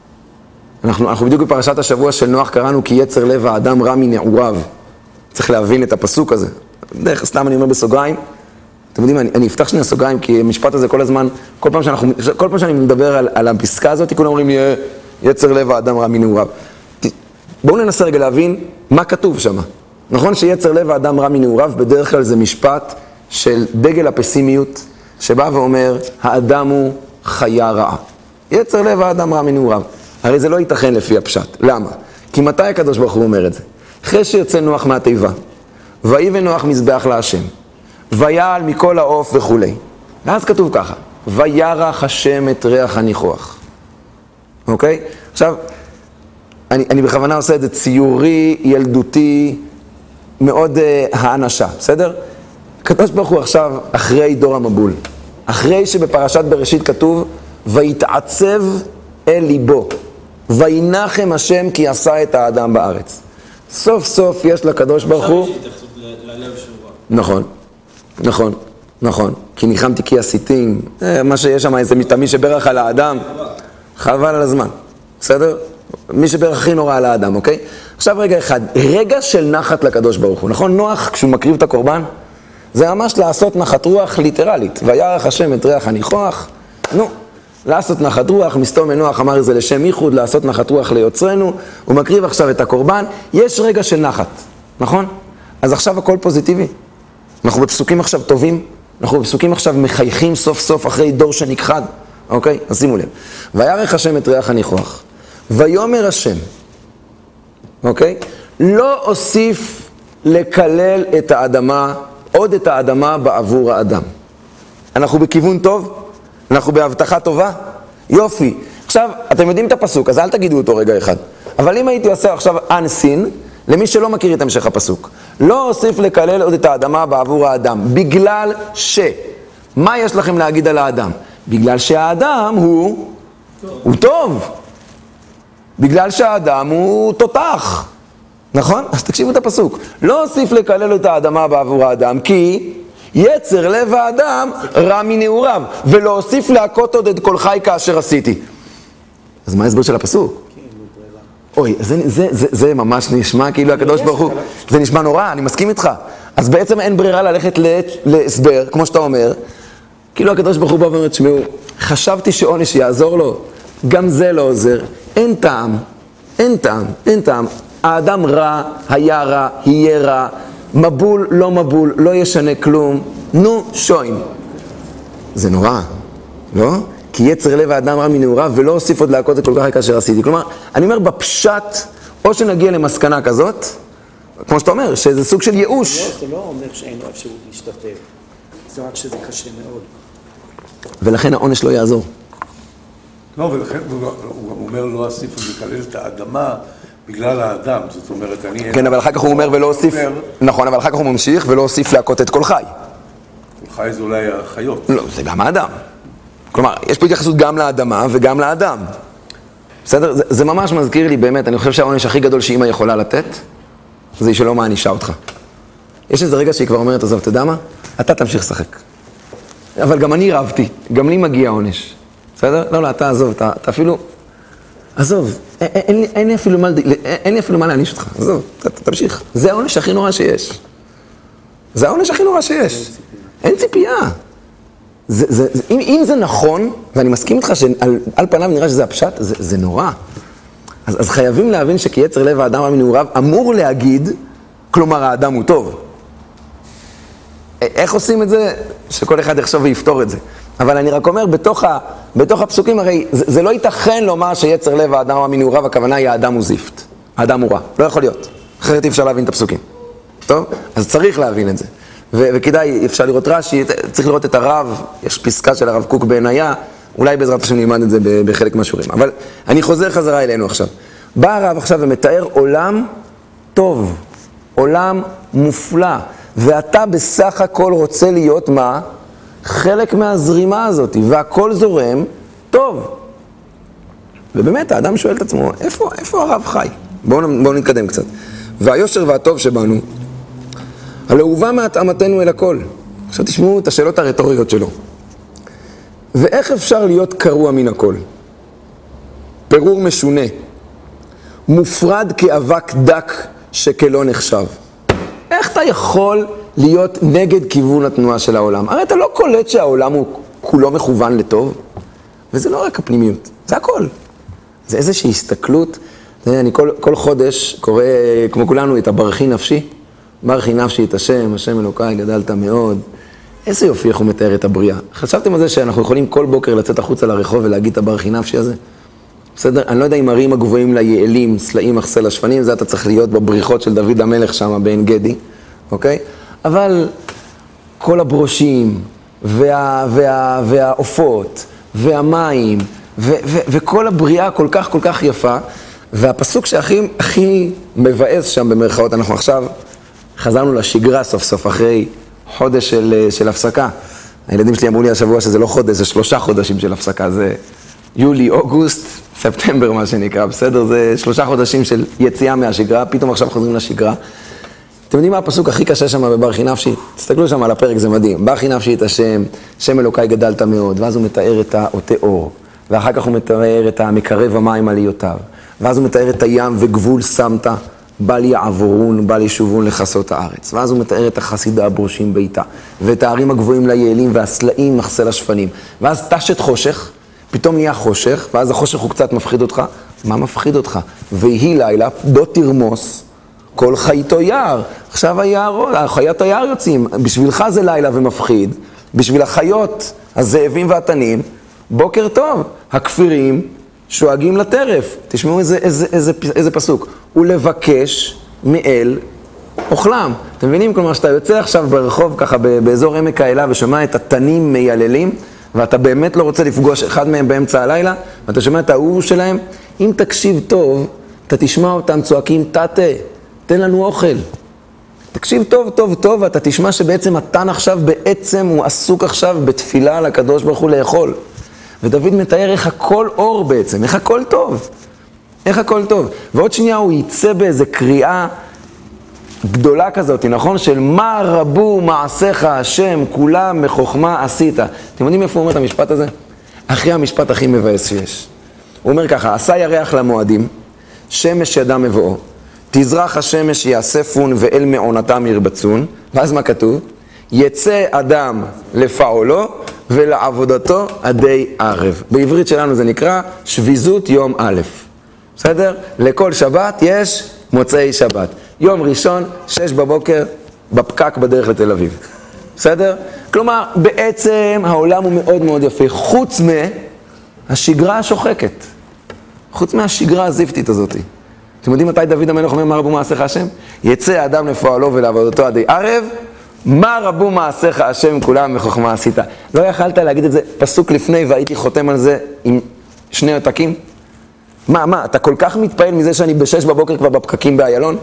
אנחנו, אנחנו בדיוק בפרשת השבוע של נוח קראנו כי יצר לב האדם רע מנעוריו. צריך להבין את הפסוק הזה. דרך סתם אני אומר בסוגריים. אתם יודעים, אני, אני אפתח שני הסוגריים כי המשפט הזה כל הזמן, כל פעם, שאנחנו, כל פעם שאני מדבר על, על הפסקה הזאת, כולם אומרים לי, יצר לב האדם רע מנעוריו. בואו ננסה רגע להבין מה כתוב שם. נכון שיצר לב האדם רע מנעוריו, בדרך כלל זה משפט של דגל הפסימיות, שבא ואומר, האדם הוא חיה רעה. יצר לב האדם רע מנעוריו. הרי זה לא ייתכן לפי הפשט. למה? כי מתי הקדוש ברוך הוא אומר את זה? אחרי שיוצא נוח מהתיבה, ויבן נוח מזבח להשם, ויעל מכל העוף וכו'. ואז כתוב ככה, וירח השם את ריח הניחוח. אוקיי? עכשיו, אני, אני בכוונה עושה את זה ציורי, ילדותי, מאוד uh, האנשה, בסדר? הקדוש ברוך הוא עכשיו אחרי דור המבול. אחרי שבפרשת בראשית כתוב, ויתעצב אל ליבו, וינחם השם כי עשה את האדם בארץ. סוף סוף יש לקדוש ברוך הוא... עכשיו יש התייחסות ללב שהוא רע. נכון, נכון, נכון. כי ניחמתי כי עשיתים, מה שיש שם, איזה מתאמי שברך על האדם, חבל על הזמן, בסדר? מי שברך הכי נורא על האדם, אוקיי? עכשיו רגע אחד, רגע של נחת לקדוש ברוך הוא, נכון? נוח, כשהוא מקריב את הקורבן, זה ממש לעשות נחת רוח ליטרלית. וירח השם את ריח הניחוח, נו, לעשות נחת רוח, מסתום מנוח אמר את זה לשם ייחוד, לעשות נחת רוח ליוצרנו, הוא מקריב עכשיו את הקורבן, יש רגע של נחת, נכון? אז עכשיו הכל פוזיטיבי. אנחנו בפסוקים עכשיו טובים, אנחנו בפסוקים עכשיו מחייכים סוף סוף אחרי דור שנכחד, אוקיי? אז שימו לב. וירח השם את ריח הניחוח, ויאמר השם, אוקיי? לא אוסיף לקלל את האדמה, עוד את האדמה בעבור האדם. אנחנו בכיוון טוב? אנחנו בהבטחה טובה? יופי. עכשיו, אתם יודעים את הפסוק, אז אל תגידו אותו רגע אחד. אבל אם הייתי עושה עכשיו אנסין, למי שלא מכיר את המשך הפסוק, לא אוסיף לקלל עוד את האדמה בעבור האדם, בגלל ש... מה יש לכם להגיד על האדם? בגלל שהאדם הוא... טוב. הוא טוב. בגלל שהאדם הוא תותח. נכון? אז תקשיבו את הפסוק. לא אוסיף לקלל את האדמה בעבור האדם, כי... יצר לב האדם רע מנעוריו, ולא אוסיף להכות עוד את כל חי כאשר עשיתי. אז מה ההסבר של הפסוק? אוי, זה, זה, זה, זה ממש נשמע כאילו הקדוש ברוך הוא, זה נשמע נורא, אני מסכים איתך. אז בעצם אין ברירה ללכת להסבר, כמו שאתה אומר, כאילו הקדוש ברוך הוא בא ואומר, תשמעו, חשבתי שעונש יעזור לו, גם זה לא עוזר, אין טעם, אין טעם, אין טעם. האדם רע, היה רע, יהיה רע, מבול, לא מבול, לא ישנה כלום, נו, שוין. זה נורא, לא? כי יצר לב האדם רע מנעוריו, ולא הוסיף עוד להכות את כל כך כאשר עשיתי. כלומר, אני אומר בפשט, או שנגיע למסקנה כזאת, כמו שאתה אומר, שזה סוג של ייאוש. זה לא אומר שאין לו אפשרות להשתתף, זה רק שזה קשה מאוד. ולכן העונש לא יעזור. לא, ולכן הוא אומר לא אוסיף לקלל את האדמה, בגלל האדם, זאת אומרת, אני... כן, אבל אחר כך הוא אומר ולא הוסיף... נכון, אבל אחר כך הוא ממשיך ולא הוסיף להכות את כל חי. כל חי זה אולי החיות. לא, זה גם האדם. כלומר, יש פה התייחסות גם לאדמה וגם לאדם. בסדר? זה, זה ממש מזכיר לי באמת, אני חושב שהעונש הכי גדול שאמא יכולה לתת, זה היא שלא מענישה אותך. יש איזה רגע שהיא כבר אומרת, עזוב, אתה יודע מה? אתה תמשיך לשחק. אבל גם אני רבתי, גם לי מגיע עונש. בסדר? לא, לא, אתה עזוב, אתה, אתה אפילו... עזוב, אין, אין, אין, לי אפילו מה, אין לי אפילו מה להעניש אותך, עזוב, ת, ת, תמשיך. זה העונש הכי נורא שיש. זה העונש הכי נורא שיש. אין ציפייה. זה, זה, זה, אם, אם זה נכון, ואני מסכים איתך שעל על פניו נראה שזה הפשט, זה, זה נורא. אז, אז חייבים להבין שכי יצר לב האדם המנעוריו אמור להגיד, כלומר האדם הוא טוב. איך עושים את זה? שכל אחד יחשוב ויפתור את זה. אבל אני רק אומר, בתוך, ה, בתוך הפסוקים, הרי זה, זה לא ייתכן לומר שיצר לב האדם המנעוריו, הכוונה היא האדם הוא זיפט. האדם הוא רע. לא יכול להיות. אחרת אי אפשר להבין את הפסוקים. טוב? אז צריך להבין את זה. ו- וכדאי, אפשר לראות רש"י, צריך לראות את הרב, יש פסקה של הרב קוק בעינייה, אולי בעזרת השם נלמד את זה בחלק מהשיעורים. אבל אני חוזר חזרה אלינו עכשיו. בא הרב עכשיו ומתאר עולם טוב, עולם מופלא, ואתה בסך הכל רוצה להיות מה? חלק מהזרימה הזאת, והכל זורם טוב. ובאמת, האדם שואל את עצמו, איפה, איפה הרב חי? בואו, בואו נתקדם קצת. והיושר והטוב שבנו, הלא הובא מהתאמתנו אל הכל. עכשיו תשמעו את השאלות הרטוריות שלו. ואיך אפשר להיות קרוע מן הכל? פירור משונה, מופרד כאבק דק שכלא נחשב. איך אתה יכול להיות נגד כיוון התנועה של העולם? הרי אתה לא קולט שהעולם הוא כולו מכוון לטוב, וזה לא רק הפנימיות, זה הכל. זה איזושהי הסתכלות. אני כל, כל חודש קורא, כמו כולנו, את הברכי נפשי. ברכי נפשי את השם, השם אלוקיי, גדלת מאוד. איזה יופי איך הוא מתאר את הבריאה. חשבתם על זה שאנחנו יכולים כל בוקר לצאת החוצה לרחוב ולהגיד את הברכי נפשי הזה? בסדר? אני לא יודע אם הרים הגבוהים ליעלים, סלעים, מחסל השפנים, זה אתה צריך להיות בבריחות של דוד המלך שם בעין גדי, אוקיי? אבל כל הברושים, וה, וה, והעופות, והמים, ו, ו, וכל הבריאה כל כך כל כך יפה, והפסוק שהכי הכי מבאס שם במרכאות, אנחנו עכשיו חזרנו לשגרה סוף סוף אחרי חודש של, של הפסקה. הילדים שלי אמרו לי השבוע שזה לא חודש, זה שלושה חודשים של הפסקה, זה יולי, אוגוסט, ספטמבר מה שנקרא, בסדר? זה שלושה חודשים של יציאה מהשגרה, פתאום עכשיו חוזרים לשגרה. אתם יודעים מה הפסוק הכי קשה שם בברכי נפשי? תסתכלו שם על הפרק, זה מדהים. ברכי נפשי את השם, שם אלוקיי גדלת מאוד, ואז הוא מתאר את האותי אור, ואחר כך הוא מתאר את המקרב המים עליותיו, ואז הוא מתאר את הים וגבול שמת, בל יעבורון, בל ישובון לחסות הארץ. ואז הוא מתאר את החסידה הברושים ביתה, ואת הערים הגבוהים ליעלים והסלעים מחסל השפנים. ואז תשת חושך, פתאום נהיה חושך, ואז החושך הוא קצת מפחיד אותך. מה מפחיד אותך? ויהי לילה, לא תרמוס, כל חייתו יער. עכשיו היער, חיית היער יוצאים. בשבילך זה לילה ומפחיד, בשביל החיות, הזאבים והתנים, בוקר טוב. הכפירים שואגים לטרף. תשמעו איזה, איזה, איזה, איזה פסוק. ולבקש מאל אוכלם. אתם מבינים? כלומר, שאתה יוצא עכשיו ברחוב ככה באזור עמק האלה ושומע את התנים מייללים, ואתה באמת לא רוצה לפגוש אחד מהם באמצע הלילה, ואתה שומע את האור שלהם, אם תקשיב טוב, אתה תשמע אותם צועקים, תתה, תן לנו אוכל. תקשיב טוב, טוב, טוב, ואתה תשמע שבעצם התן עכשיו בעצם הוא עסוק עכשיו בתפילה לקדוש ברוך הוא לאכול. ודוד מתאר איך הכל אור בעצם, איך הכל טוב. איך הכל טוב. ועוד שנייה הוא יצא באיזה קריאה גדולה כזאת, נכון? של מה רבו מעשיך השם, כולם מחוכמה עשית. אתם יודעים איפה הוא אומר את המשפט הזה? אחרי המשפט הכי מבאס שיש. הוא אומר ככה, עשה ירח למועדים, שמש ידע מבואו, תזרח השמש יאספון ואל מעונתם ירבצון, ואז מה כתוב? יצא אדם לפעולו ולעבודתו עדי ערב. בעברית שלנו זה נקרא שביזות יום א'. בסדר? לכל שבת יש מוצאי שבת. יום ראשון, שש בבוקר, בפקק בדרך לתל אביב. בסדר? כלומר, בעצם העולם הוא מאוד מאוד יפה, חוץ מהשגרה השוחקת. חוץ מהשגרה הזיפתית הזאת. אתם יודעים מתי דוד המלך אומר מה רבו מעשיך השם? יצא האדם לפועלו ולעבודתו עדי ערב, מה רבו מעשיך השם כולם מחוכמה עשית. לא יכלת להגיד את זה פסוק לפני והייתי חותם על זה עם שני עותקים? מה, מה, אתה כל כך מתפעל מזה שאני בשש בבוקר כבר בפקקים באיילון?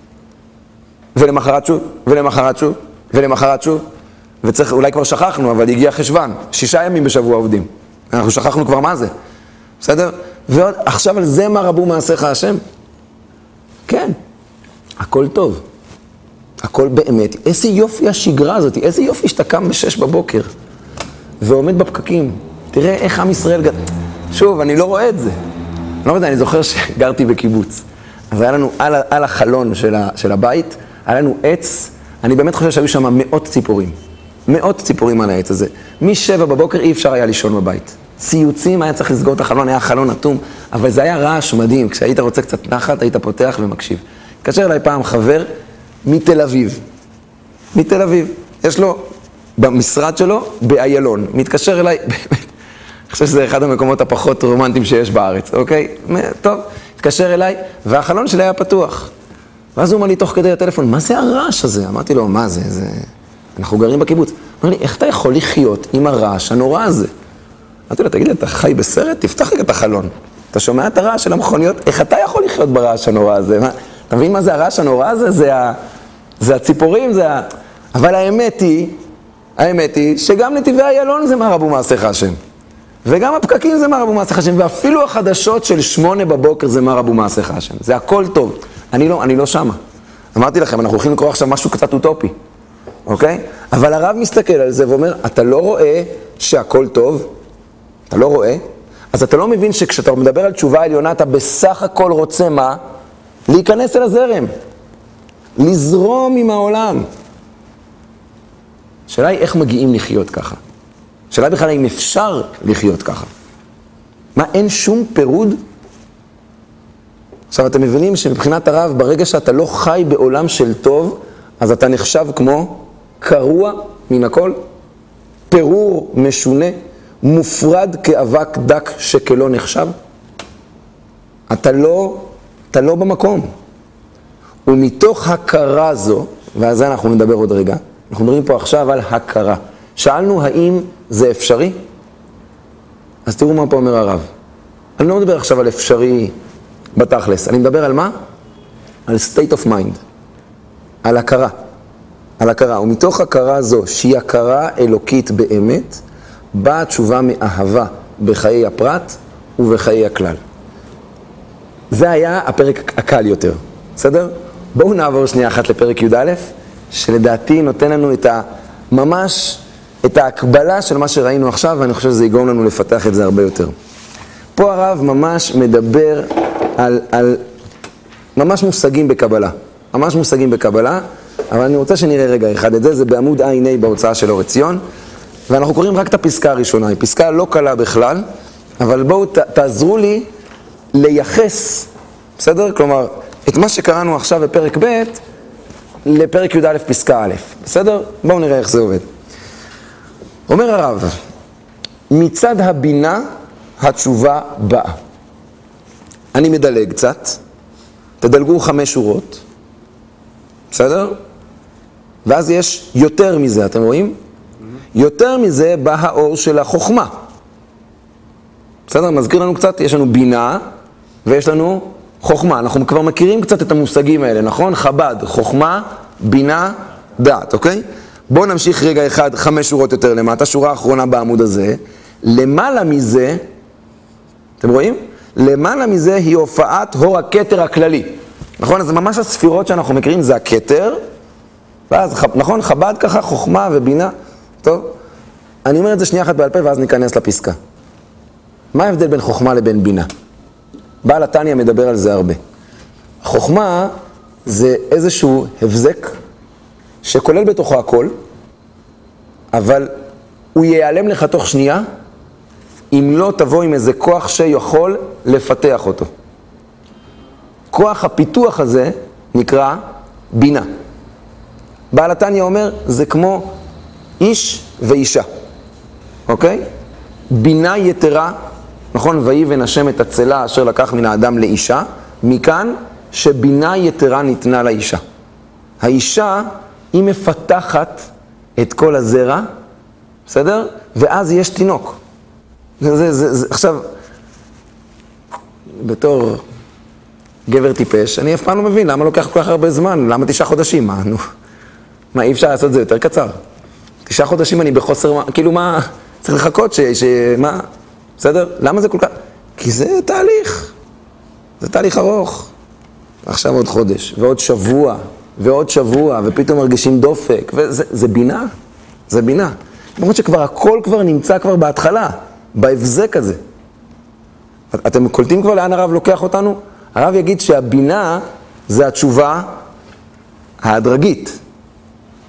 ולמחרת שוב, ולמחרת שוב, ולמחרת שוב. וצריך, אולי כבר שכחנו, אבל הגיע חשבן. שישה ימים בשבוע עובדים. אנחנו שכחנו כבר מה זה. בסדר? ועוד, עכשיו על זה מה רבו מעשיך השם? כן. הכל טוב. הכל באמת. איזה יופי השגרה הזאת, איזה יופי שאתה קם בשש בבוקר ועומד בפקקים. תראה איך עם ישראל גד... שוב, אני לא רואה את זה. לא יודע, אני זוכר שגרתי בקיבוץ. אז היה לנו על, על החלון של, ה, של הבית, היה לנו עץ, אני באמת חושב שהיו שם מאות ציפורים. מאות ציפורים על העץ הזה. משבע בבוקר אי אפשר היה לישון בבית. ציוצים, היה צריך לסגור את החלון, היה חלון אטום, אבל זה היה רעש מדהים. כשהיית רוצה קצת נחת, היית פותח ומקשיב. התקשר אליי פעם חבר מתל אביב. מתל אביב. יש לו במשרד שלו באיילון. מתקשר אליי, באמת, אני חושב שזה אחד המקומות הפחות רומנטיים שיש בארץ, אוקיי? טוב, התקשר אליי, והחלון שלי היה פתוח. ואז הוא אומר לי תוך כדי הטלפון, מה זה הרעש הזה? אמרתי לו, מה זה? זה... אנחנו גרים בקיבוץ. הוא אומר לי, איך אתה יכול לחיות עם הרעש הנורא הזה? אמרתי לו, תגיד לי, אתה חי בסרט? תפתח לי את החלון. אתה שומע את הרעש של המכוניות? איך אתה יכול לחיות ברעש הנורא הזה? מה... אתה מבין מה זה הרעש הנורא הזה? זה, ה... זה הציפורים, זה ה... אבל האמת היא, האמת היא שגם נתיבי איילון זה מה רבו מעשיך השם. וגם הפקקים זה מה רבו מעשיך השם, ואפילו החדשות של שמונה בבוקר זה מה רבו מעשיך השם. זה הכל טוב. אני לא, אני לא שמה. אמרתי לכם, אנחנו הולכים לקרוא עכשיו משהו קצת אוטופי. אוקיי? אבל הרב מסתכל על זה ואומר, אתה לא רואה שהכל טוב? אתה לא רואה? אז אתה לא מבין שכשאתה מדבר על תשובה עליונה, אתה בסך הכל רוצה מה? להיכנס אל הזרם. לזרום עם העולם. השאלה היא איך מגיעים לחיות ככה. השאלה בכלל אם אפשר לחיות ככה. מה, אין שום פירוד? עכשיו, אתם מבינים שמבחינת הרב, ברגע שאתה לא חי בעולם של טוב, אז אתה נחשב כמו קרוע מן הכל, פירור משונה, מופרד כאבק דק שכלא נחשב. אתה לא, אתה לא במקום. ומתוך הכרה זו, ועל זה אנחנו נדבר עוד רגע, אנחנו מדברים פה עכשיו על הכרה. שאלנו האם זה אפשרי? אז תראו מה פה אומר הרב. אני לא מדבר עכשיו על אפשרי בתכלס, אני מדבר על מה? על state of mind, על הכרה. על הכרה, ומתוך הכרה זו, שהיא הכרה אלוקית באמת, באה התשובה מאהבה בחיי הפרט ובחיי הכלל. זה היה הפרק הקל יותר, בסדר? בואו נעבור שנייה אחת לפרק י' א', שלדעתי נותן לנו את ה... ממש את ההקבלה של מה שראינו עכשיו, ואני חושב שזה יגרום לנו לפתח את זה הרבה יותר. פה הרב ממש מדבר על, על ממש מושגים בקבלה, ממש מושגים בקבלה, אבל אני רוצה שנראה רגע אחד את זה, זה בעמוד עין A בהוצאה של אור עציון, ואנחנו קוראים רק את הפסקה הראשונה, היא פסקה לא קלה בכלל, אבל בואו ת, תעזרו לי לייחס, בסדר? כלומר, את מה שקראנו עכשיו בפרק ב' לפרק י' א' פסקה א', בסדר? בואו נראה איך זה עובד. אומר הרב, מצד הבינה התשובה באה. אני מדלג קצת, תדלגו חמש שורות, בסדר? ואז יש יותר מזה, אתם רואים? יותר מזה בא האור של החוכמה. בסדר? מזכיר לנו קצת, יש לנו בינה ויש לנו חוכמה. אנחנו כבר מכירים קצת את המושגים האלה, נכון? חב"ד, חוכמה, בינה, דעת, אוקיי? בואו נמשיך רגע אחד, חמש שורות יותר למטה, שורה האחרונה בעמוד הזה. למעלה מזה, אתם רואים? למעלה מזה היא הופעת הור הכתר הכללי. נכון? אז ממש הספירות שאנחנו מכירים זה הכתר, ואז, נכון? חב"ד ככה, חוכמה ובינה. טוב? אני אומר את זה שנייה אחת בעל פה ואז ניכנס לפסקה. מה ההבדל בין חוכמה לבין בינה? בעל התניא מדבר על זה הרבה. חוכמה זה איזשהו הבזק שכולל בתוכו הכל, אבל הוא ייעלם לך תוך שנייה אם לא תבוא עם איזה כוח שיכול לפתח אותו. כוח הפיתוח הזה נקרא בינה. בעל התניא אומר, זה כמו איש ואישה, אוקיי? בינה יתרה, נכון? ויבן השם את הצלה אשר לקח מן האדם לאישה, מכאן שבינה יתרה ניתנה לאישה. האישה היא מפתחת את כל הזרע, בסדר? ואז יש תינוק. זה, זה, זה, זה, עכשיו, בתור גבר טיפש, אני אף פעם לא מבין למה לוקח כל כך הרבה זמן, למה תשעה חודשים, מה, נו, מה, אי אפשר לעשות את זה יותר קצר? תשעה חודשים אני בחוסר, כאילו מה, צריך לחכות ש, ש, מה, בסדר? למה זה כל כך? כי זה תהליך, זה תהליך ארוך. עכשיו עוד חודש, ועוד שבוע, ועוד שבוע, ופתאום מרגישים דופק, וזה זה בינה, זה בינה. למרות שכבר הכל כבר נמצא כבר בהתחלה, בהבזק הזה. אתם קולטים כבר לאן הרב לוקח אותנו? הרב יגיד שהבינה זה התשובה ההדרגית.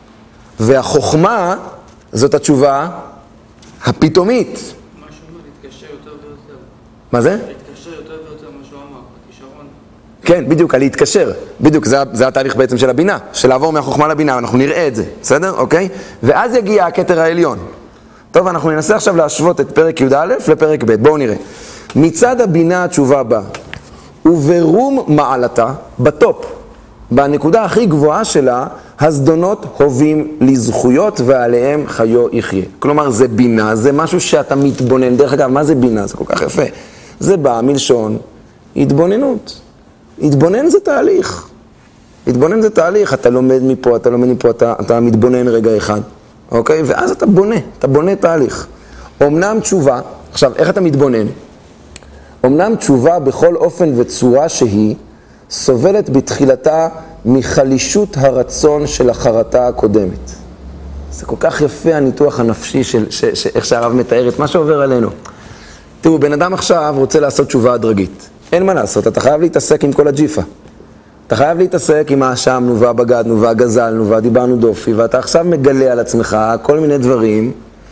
והחוכמה זאת התשובה הפתאומית. מה שאומר, להתקשר יותר ויותר. מה זה? להתקשר יותר ויותר, מה שהוא אמר, הכישרון. כן, בדיוק, להתקשר. בדיוק, זה, זה התהליך בעצם של הבינה, של לעבור מהחוכמה לבינה, אנחנו נראה את זה, בסדר? אוקיי? ואז יגיע הכתר העליון. טוב, אנחנו ננסה עכשיו להשוות את פרק י"א לפרק ב', בואו נראה. מצד הבינה התשובה באה, וברום מעלתה, בטופ, בנקודה הכי גבוהה שלה, הזדונות הובים לזכויות ועליהם חיו יחיה. כלומר, זה בינה, זה משהו שאתה מתבונן. דרך אגב, מה זה בינה? זה כל כך יפה. זה בא מלשון התבוננות. התבונן זה תהליך. התבונן זה תהליך, אתה לומד מפה, אתה לומד מפה, אתה, אתה מתבונן רגע אחד. אוקיי? ואז אתה בונה, אתה בונה תהליך. אמנם תשובה, עכשיו, איך אתה מתבונן? אמנם תשובה בכל אופן וצורה שהיא, סובלת בתחילתה מחלישות הרצון של החרטה הקודמת. זה כל כך יפה הניתוח הנפשי של ש, ש, איך שהרב מתאר את מה שעובר עלינו. תראו, בן אדם עכשיו רוצה לעשות תשובה הדרגית. אין מה לעשות, אתה חייב להתעסק עם כל הג'יפה. אתה חייב להתעסק עם האשמנו והבגדנו והגזלנו והדיברנו דופי, ואתה עכשיו מגלה על עצמך כל מיני דברים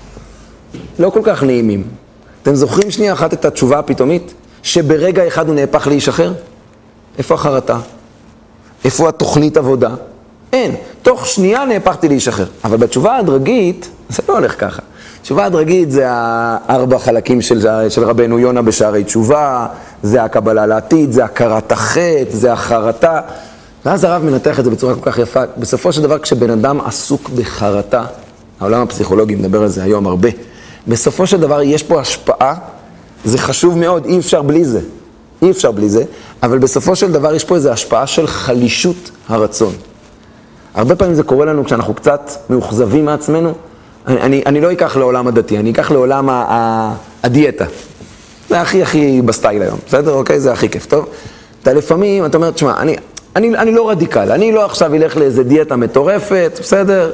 לא כל כך נעימים. אתם זוכרים שנייה אחת את התשובה הפתאומית? שברגע אחד הוא נהפך להישחרר? איפה החרטה? איפה התוכנית עבודה? אין. תוך שנייה נהפכתי להישחרר. אבל בתשובה הדרגית, זה לא הולך ככה. תשובה הדרגית זה הארבע חלקים של, של רבנו יונה בשערי תשובה, זה הקבלה לעתיד, זה הכרת החטא, זה החרטה. ואז הרב מנתח את זה בצורה כל כך יפה. בסופו של דבר, כשבן אדם עסוק בחרטה, העולם הפסיכולוגי מדבר על זה היום הרבה, בסופו של דבר יש פה השפעה, זה חשוב מאוד, אי אפשר בלי זה. אי אפשר בלי זה, אבל בסופו של דבר יש פה איזו השפעה של חלישות הרצון. הרבה פעמים זה קורה לנו כשאנחנו קצת מאוכזבים מעצמנו. אני, אני, אני לא אקח לעולם הדתי, אני אקח לעולם ה, ה, הדיאטה. זה הכי הכי בסטייל היום, בסדר? אוקיי? זה הכי כיף, טוב? אתה לפעמים, אתה אומר, תשמע, אני, אני, אני לא רדיקל, אני לא עכשיו אלך לאיזה דיאטה מטורפת, בסדר?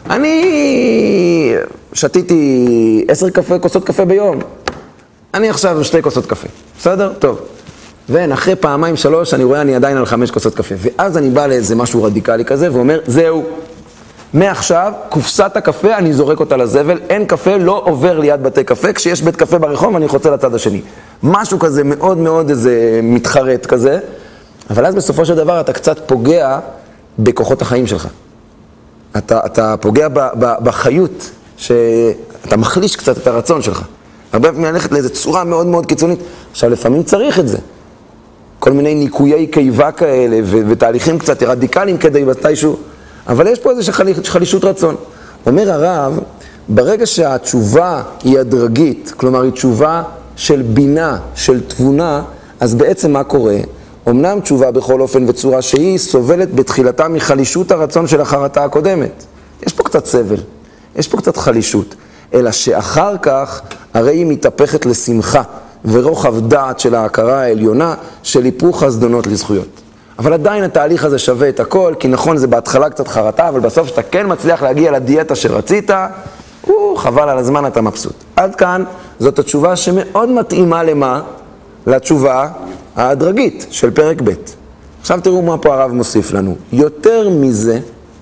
אני שתיתי עשר קפה, כוסות קפה ביום. אני עכשיו שתי כוסות קפה, בסדר? טוב. ואין, אחרי פעמיים שלוש, אני רואה, אני עדיין על חמש כוסות קפה. ואז אני בא לאיזה משהו רדיקלי כזה, ואומר, זהו. מעכשיו, קופסת הקפה, אני זורק אותה לזבל, אין קפה, לא עובר ליד בתי קפה, כשיש בית קפה ברחוב, אני חוצה לצד השני. משהו כזה מאוד מאוד איזה מתחרט כזה, אבל אז בסופו של דבר אתה קצת פוגע בכוחות החיים שלך. אתה, אתה פוגע ב, ב, בחיות, שאתה מחליש קצת את הרצון שלך. הרבה פעמים ללכת לאיזו צורה מאוד מאוד קיצונית. עכשיו, לפעמים צריך את זה. כל מיני ניקויי קיבה כאלה, ו- ותהליכים קצת רדיקליים כדי מתישהו. אבל יש פה איזו חלישות רצון. אומר הרב, ברגע שהתשובה היא הדרגית, כלומר היא תשובה של בינה, של תבונה, אז בעצם מה קורה? אמנם תשובה בכל אופן וצורה שהיא סובלת בתחילתה מחלישות הרצון של החרטה הקודמת. יש פה קצת סבל, יש פה קצת חלישות. אלא שאחר כך הרי היא מתהפכת לשמחה ורוחב דעת של ההכרה העליונה של היפוך הזדונות לזכויות. אבל עדיין התהליך הזה שווה את הכל, כי נכון זה בהתחלה קצת חרטה, אבל בסוף שאתה כן מצליח להגיע לדיאטה שרצית, הוא חבל על הזמן, אתה מבסוט. עד כאן זאת התשובה שמאוד מתאימה למה? לתשובה ההדרגית של פרק ב'. עכשיו תראו מה פה הרב מוסיף לנו. יותר מזה,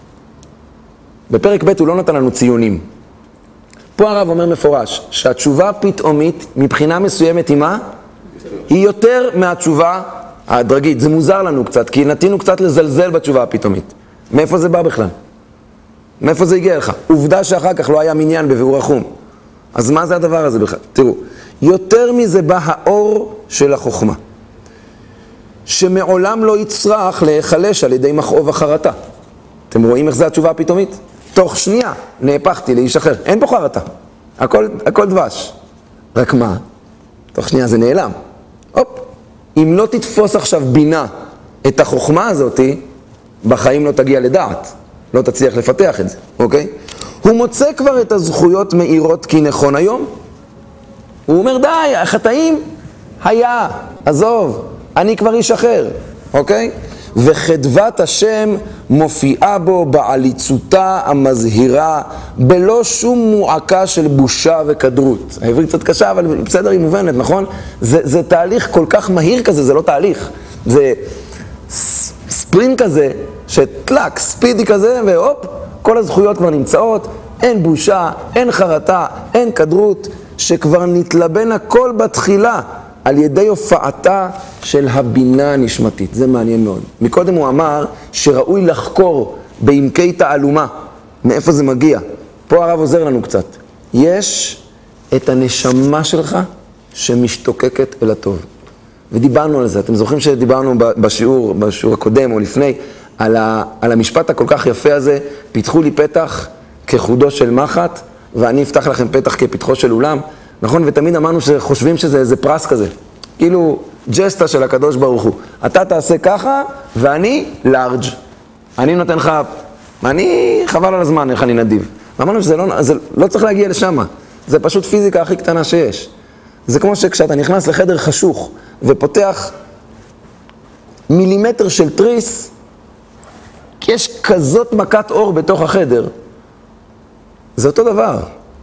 בפרק ב' הוא לא נתן לנו ציונים. פה הרב אומר מפורש, שהתשובה הפתאומית מבחינה מסוימת היא מה? היא יותר מהתשובה ההדרגית. זה מוזר לנו קצת, כי נתינו קצת לזלזל בתשובה הפתאומית. מאיפה זה בא בכלל? מאיפה זה הגיע לך? עובדה שאחר כך לא היה מניין בביאור החום. אז מה זה הדבר הזה בכלל? תראו, יותר מזה בא האור של החוכמה, שמעולם לא יצרח להיחלש על ידי מכאוב החרטה. אתם רואים איך זה התשובה הפתאומית? תוך שנייה נהפכתי להישחרר. אין פה חרטה. הכל, הכל דבש. רק מה? תוך שנייה זה נעלם. הופ. אם לא תתפוס עכשיו בינה את החוכמה הזאת, בחיים לא תגיע לדעת. לא תצליח לפתח את זה, אוקיי? הוא מוצא כבר את הזכויות מאירות כי נכון היום. הוא אומר, די, החטאים היה, עזוב, אני כבר ישחרר, אוקיי? וחדבת השם מופיעה בו בעליצותה המזהירה, בלא שום מועקה של בושה וכדרות. העברית קצת קשה, אבל בסדר, היא מובנת, נכון? זה, זה תהליך כל כך מהיר כזה, זה לא תהליך. זה ספרינט כזה, שטלק, ספידי כזה, והופ, כל הזכויות כבר נמצאות, אין בושה, אין חרטה, אין כדרות, שכבר נתלבן הכל בתחילה על ידי הופעתה של הבינה הנשמתית. זה מעניין מאוד. מקודם הוא אמר שראוי לחקור בעמקי תעלומה. מאיפה זה מגיע? פה הרב עוזר לנו קצת. יש את הנשמה שלך שמשתוקקת אל הטוב. ודיברנו על זה. אתם זוכרים שדיברנו בשיעור, בשיעור הקודם או לפני, על, ה, על המשפט הכל כך יפה הזה, פיתחו לי פתח כחודו של מחט, ואני אפתח לכם פתח כפתחו של אולם. נכון? ותמיד אמרנו שחושבים שזה איזה פרס כזה. כאילו ג'סטה של הקדוש ברוך הוא. אתה תעשה ככה, ואני לארג'. אני נותן לך, אני חבל על הזמן, איך אני נדיב. ואמרנו שזה לא, זה לא צריך להגיע לשם. זה פשוט פיזיקה הכי קטנה שיש. זה כמו שכשאתה נכנס לחדר חשוך, ופותח מילימטר של טריס, כי יש כזאת מכת אור בתוך החדר. זה אותו דבר.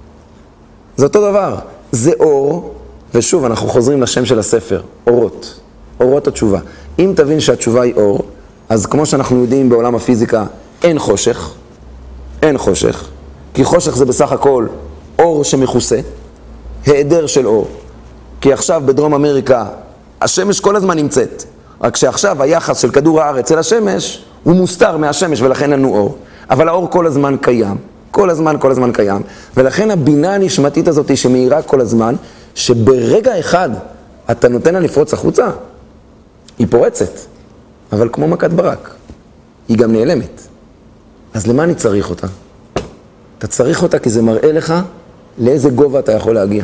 זה אותו דבר. זה אור, ושוב, אנחנו חוזרים לשם של הספר, אורות. אורות התשובה. אם תבין שהתשובה היא אור, אז כמו שאנחנו יודעים בעולם הפיזיקה, אין חושך. אין חושך. כי חושך זה בסך הכל אור שמכוסה, היעדר של אור. כי עכשיו בדרום אמריקה, השמש כל הזמן נמצאת. רק שעכשיו היחס של כדור הארץ אל השמש, הוא מוסתר מהשמש ולכן אין לנו אור. אבל האור כל הזמן קיים. כל הזמן, כל הזמן קיים. ולכן הבינה הנשמתית הזאת שמאירה כל הזמן, שברגע אחד אתה נותן לה לפרוץ החוצה, היא פורצת. אבל כמו מכת ברק, היא גם נעלמת. אז למה אני צריך אותה? אתה צריך אותה כי זה מראה לך לאיזה גובה אתה יכול להגיע.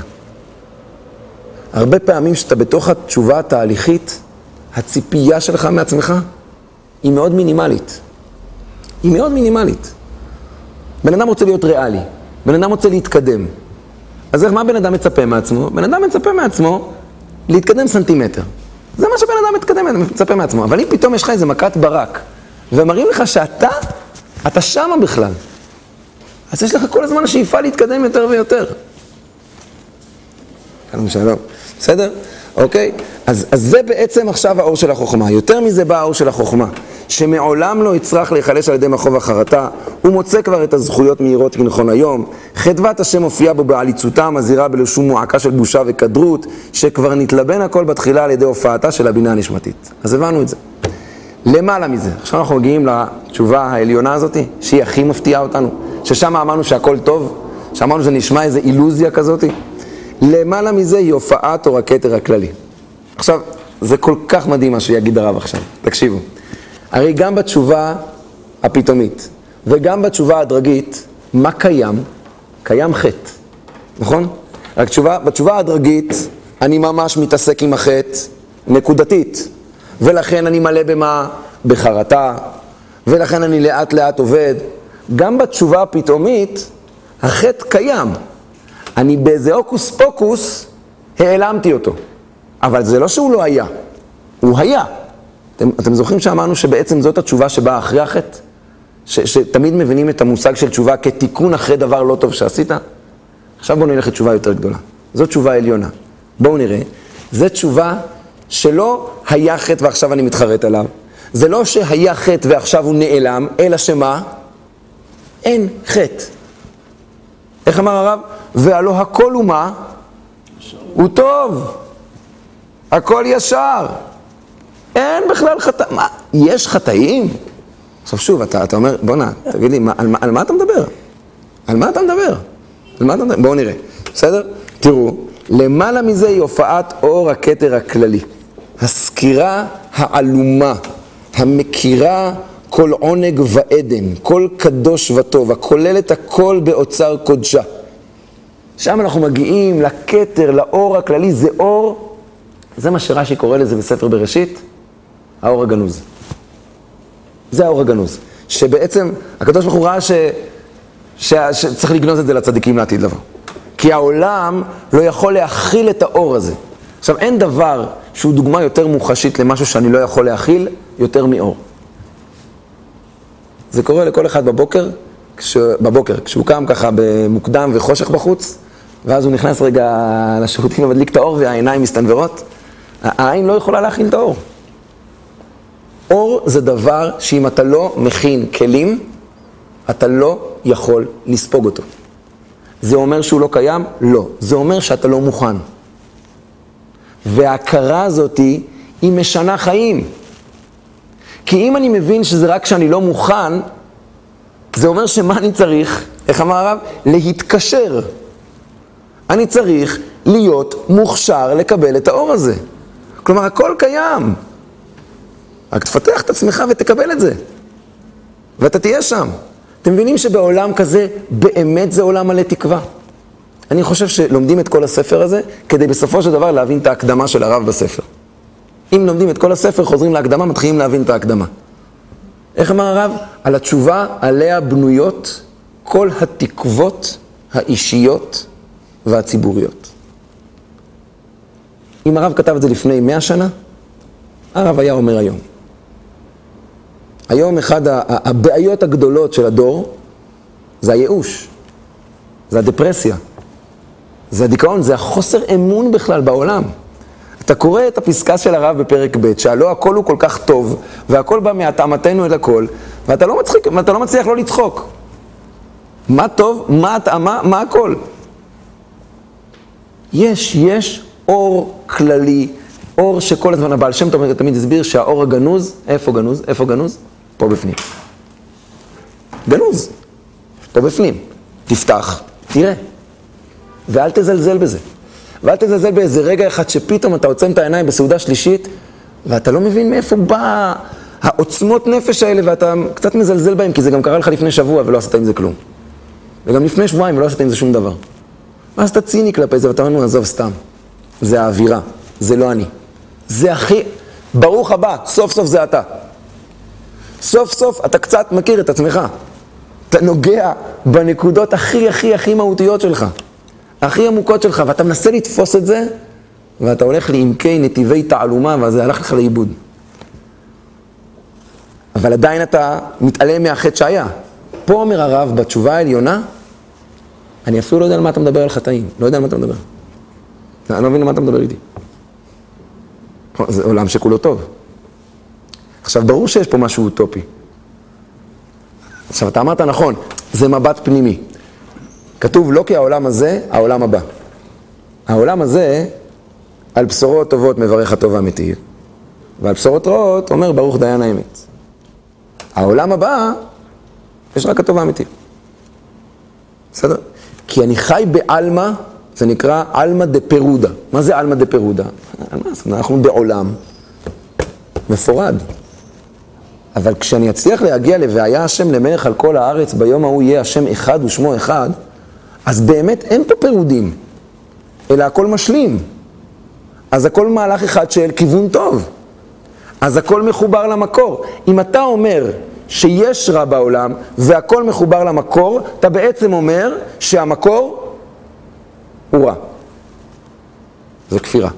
הרבה פעמים שאתה בתוך התשובה התהליכית, הציפייה שלך מעצמך היא מאוד מינימלית. היא מאוד מינימלית. בן אדם רוצה להיות ריאלי, בן אדם רוצה להתקדם. אז איך, מה בן אדם מצפה מעצמו? בן אדם מצפה מעצמו להתקדם סנטימטר. זה מה שבן אדם מתקדם, מצפה מעצמו. אבל אם פתאום יש לך איזה מכת ברק, ומראים לך שאתה, אתה שמה בכלל. אז יש לך כל הזמן השאיפה להתקדם יותר ויותר. שלום שלום. בסדר? אוקיי? אז, אז זה בעצם עכשיו האור של החוכמה. יותר מזה בא האור של החוכמה. שמעולם לא יצטרך להיחלש על ידי מחוב החרטה, הוא מוצא כבר את הזכויות מהירות כנכון היום. חדוות השם הופיעה בו בעליצותה המזהירה בלא שום מועקה של בושה וכדרות, שכבר נתלבן הכל בתחילה על ידי הופעתה של הבינה הנשמתית. אז הבנו את זה. למעלה מזה, עכשיו אנחנו מגיעים לתשובה העליונה הזאת, שהיא הכי מפתיעה אותנו, ששם אמרנו שהכל טוב, שאמרנו שזה נשמע איזו אילוזיה כזאת. למעלה מזה היא הופעת אור הכתר הכללי. עכשיו, זה כל כך מדהים מה שיגיד הרב עכשיו. תקשיבו. הרי גם בתשובה הפתאומית וגם בתשובה הדרגית, מה קיים? קיים חטא, נכון? רק תשובה, בתשובה הדרגית אני ממש מתעסק עם החטא נקודתית, ולכן אני מלא במה? בחרטה, ולכן אני לאט לאט עובד. גם בתשובה הפתאומית החטא קיים. אני באיזה אוקוס פוקוס העלמתי אותו, אבל זה לא שהוא לא היה, הוא היה. אתם, אתם זוכרים שאמרנו שבעצם זאת התשובה שבאה אחרי החטא? ש, שתמיד מבינים את המושג של תשובה כתיקון אחרי דבר לא טוב שעשית? עכשיו בואו נלך לתשובה יותר גדולה. זאת תשובה עליונה. בואו נראה. זו תשובה שלא היה חטא ועכשיו אני מתחרט עליו. זה לא שהיה חטא ועכשיו הוא נעלם, אלא שמה? אין חטא. איך אמר הרב? והלא הכל הוא מה? הוא טוב. הכל ישר. אין בכלל חטא. מה? יש חטאים? עכשיו שוב, אתה, אתה אומר, בוא נע, תגיד לי, מה, על, על מה אתה מדבר? על מה אתה מדבר? על מה אתה מדבר? בואו נראה. בסדר? תראו, למעלה מזה היא הופעת אור הכתר הכללי. הסקירה העלומה, המכירה כל עונג ועדן, כל קדוש וטוב, הכוללת הכל באוצר קודשה. שם אנחנו מגיעים לכתר, לאור הכללי, זה אור, זה מה שרש"י קורא לזה בספר בראשית, האור הגנוז. זה האור הגנוז. שבעצם הקדוש ברוך הוא ראה ש... ש... שצריך לגנוז את זה לצדיקים לעתיד לבוא. כי העולם לא יכול להכיל את האור הזה. עכשיו, אין דבר שהוא דוגמה יותר מוחשית למשהו שאני לא יכול להכיל יותר מאור. זה קורה לכל אחד בבוקר, כש... בבוקר, כשהוא קם ככה במוקדם וחושך בחוץ, ואז הוא נכנס רגע לשירותים ומדליק את האור והעיניים מסתנוורות. העין לא יכולה להכיל את האור. אור זה דבר שאם אתה לא מכין כלים, אתה לא יכול לספוג אותו. זה אומר שהוא לא קיים? לא. זה אומר שאתה לא מוכן. וההכרה הזאת היא משנה חיים. כי אם אני מבין שזה רק כשאני לא מוכן, זה אומר שמה אני צריך? איך אמר הרב? להתקשר. אני צריך להיות מוכשר לקבל את האור הזה. כלומר, הכל קיים. רק תפתח את עצמך ותקבל את זה. ואתה תהיה שם. אתם מבינים שבעולם כזה באמת זה עולם מלא תקווה? אני חושב שלומדים את כל הספר הזה כדי בסופו של דבר להבין את ההקדמה של הרב בספר. אם לומדים את כל הספר, חוזרים להקדמה, מתחילים להבין את ההקדמה. איך אמר הרב? על התשובה עליה בנויות כל התקוות האישיות והציבוריות. אם הרב כתב את זה לפני מאה שנה, הרב היה אומר היום. היום אחד הבעיות הגדולות של הדור זה הייאוש, זה הדפרסיה, זה הדיכאון, זה החוסר אמון בכלל בעולם. אתה קורא את הפסקה של הרב בפרק ב' שהלא הכל הוא כל כך טוב והכל בא מהתאמתנו את הכל ואתה לא מצחיק, אתה לא מצליח לא לצחוק. מה טוב, מה התאמה, מה הכל? יש, יש אור כללי, אור שכל הזמן הבעל שם טוב תמיד הסביר שהאור הגנוז, איפה גנוז? איפה גנוז? פה בפנים. גנוז. פה בפנים. תפתח, תראה. ואל תזלזל בזה. ואל תזלזל באיזה רגע אחד שפתאום אתה עוצם את העיניים בסעודה שלישית, ואתה לא מבין מאיפה בא העוצמות נפש האלה, ואתה קצת מזלזל בהם, כי זה גם קרה לך לפני שבוע ולא עשית עם זה כלום. וגם לפני שבועיים ולא עשית עם זה שום דבר. ואז אתה ציני כלפי זה, ואתה אומר, עזוב סתם. זה האווירה, זה לא אני. זה הכי, ברוך הבא, סוף סוף זה אתה. סוף סוף אתה קצת מכיר את עצמך. אתה נוגע בנקודות הכי הכי הכי מהותיות שלך. הכי עמוקות שלך, ואתה מנסה לתפוס את זה, ואתה הולך לעמקי נתיבי תעלומה, ואז זה הלך לך לאיבוד. אבל עדיין אתה מתעלם מהחטא שהיה. פה אומר הרב בתשובה העליונה, אני אפילו לא יודע על מה אתה מדבר על חטאים. לא יודע על מה אתה מדבר. אני לא מבין על מה אתה מדבר איתי. זה עולם שכולו טוב. עכשיו, ברור שיש פה משהו אוטופי. עכשיו, אתה אמרת נכון, זה מבט פנימי. כתוב לא כי העולם הזה, העולם הבא. העולם הזה, על בשורות טובות מברך הטוב והמיטיב, ועל בשורות רעות אומר ברוך דיין האמת. העולם הבא, יש רק הטוב והמיטיב. בסדר? כי אני חי באלמה, זה נקרא אלמה דה פירודה. מה זה אלמה דה פירודה? אנחנו בעולם מפורד. אבל כשאני אצליח להגיע ל"והיה השם למלך על כל הארץ, ביום ההוא יהיה השם אחד ושמו אחד", אז באמת אין פה פירודים, אלא הכל משלים. אז הכל מהלך אחד של כיוון טוב. אז הכל מחובר למקור. אם אתה אומר שיש רע בעולם והכל מחובר למקור, אתה בעצם אומר שהמקור הוא רע. זו כפירה.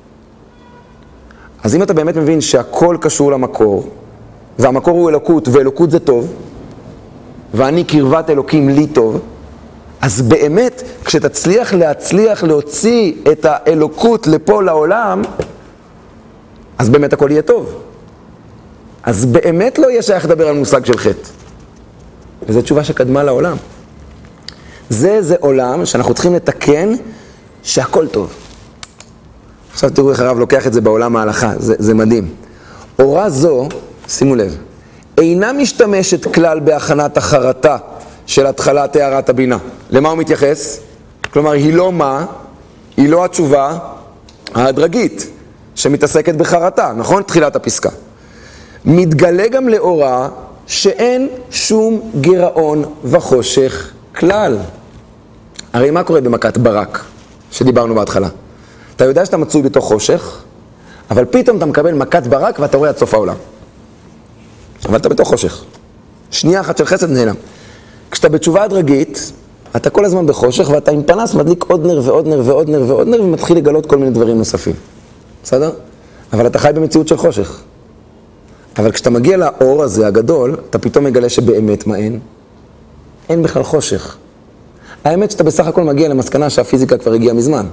אז אם אתה באמת מבין שהכל קשור למקור, והמקור הוא אלוקות, ואלוקות זה טוב, ואני קרבת אלוקים לי טוב, אז באמת, כשתצליח להצליח להוציא את האלוקות לפה לעולם, אז באמת הכל יהיה טוב. אז באמת לא יהיה שייך לדבר על מושג של חטא. וזו תשובה שקדמה לעולם. זה, זה עולם שאנחנו צריכים לתקן שהכל טוב. עכשיו תראו איך הרב לוקח את זה בעולם ההלכה, זה, זה מדהים. אורה זו, שימו לב, אינה משתמשת כלל בהכנת החרטה של התחלת הערת הבינה. למה הוא מתייחס? כלומר, היא לא מה? היא לא התשובה ההדרגית שמתעסקת בחרטה, נכון? תחילת הפסקה. מתגלה גם לאורה שאין שום גירעון וחושך כלל. הרי מה קורה במכת ברק שדיברנו בהתחלה? אתה יודע שאתה מצוי בתוך חושך, אבל פתאום אתה מקבל מכת ברק ואתה רואה עד סוף העולם. אבל אתה בתוך חושך. שנייה אחת של חסד נעלם. כשאתה בתשובה הדרגית, אתה כל הזמן בחושך ואתה עם פנס מדליק עוד נר ועוד נר ועוד נר ועוד נר ומתחיל לגלות כל מיני דברים נוספים. בסדר? אבל אתה חי במציאות של חושך. אבל כשאתה מגיע לאור הזה הגדול, אתה פתאום מגלה שבאמת מה אין? אין בכלל חושך. האמת שאתה בסך הכל מגיע למסקנה שהפיזיקה כבר הגיעה מזמן.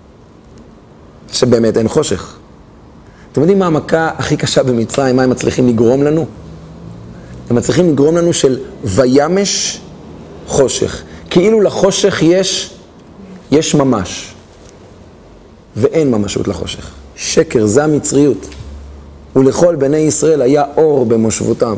שבאמת אין חושך. אתם יודעים מה המכה הכי קשה במצרים, מה הם מצליחים לגרום לנו? הם מצליחים לגרום לנו של וימש חושך. כאילו לחושך יש, יש ממש. ואין ממשות לחושך. שקר, זה המצריות. ולכל בני ישראל היה אור במושבותם.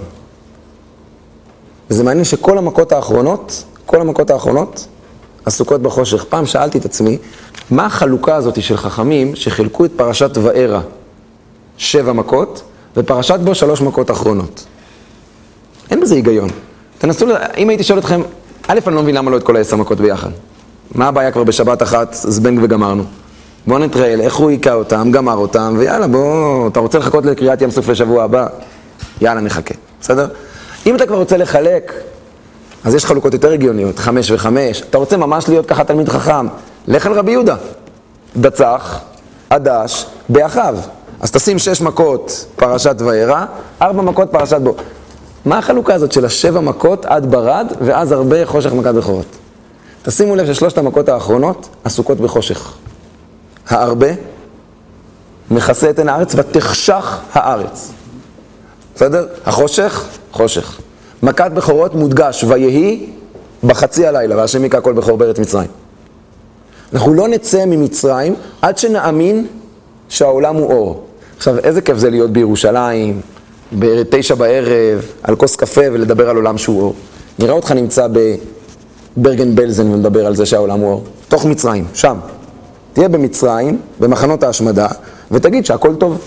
וזה מעניין שכל המכות האחרונות, כל המכות האחרונות, עסוקות בחושך. פעם שאלתי את עצמי, מה החלוקה הזאת של חכמים שחילקו את פרשת וארא? שבע מכות, ופרשת בו שלוש מכות אחרונות. אין בזה היגיון. תנסו, אם הייתי שואל אתכם, א', אני לא מבין למה לא את כל העשר מכות ביחד. מה הבעיה כבר בשבת אחת, זבנג וגמרנו. בואו נתראה, איך הוא היקע אותם, גמר אותם, ויאללה, בוא, אתה רוצה לחכות לקריאת ים סוף לשבוע הבא? יאללה, נחכה, בסדר? אם אתה כבר רוצה לחלק, אז יש חלוקות יותר הגיוניות, חמש וחמש. אתה רוצה ממש להיות ככה תלמיד חכם, לך על רבי יהודה. דצח, עדש, באחיו. אז תשים שש מכות פרשת וארא, ארבע מכות פרשת בו. מה החלוקה הזאת של השבע מכות עד ברד, ואז הרבה חושך מכת בכורות? תשימו לב ששלושת המכות האחרונות עסוקות בחושך. הארבה מכסה את עין הארץ ותחשך הארץ. בסדר? החושך, חושך. מכת בכורות מודגש, ויהי בחצי הלילה, והשם יקע כל בכור בארץ מצרים. אנחנו לא נצא ממצרים עד שנאמין שהעולם הוא אור. עכשיו, איזה כיף זה להיות בירושלים, בתשע בערב, על כוס קפה ולדבר על עולם שהוא אור. נראה אותך נמצא בברגן בלזן ומדבר על זה שהעולם הוא אור. תוך מצרים, שם. תהיה במצרים, במחנות ההשמדה, ותגיד שהכל טוב.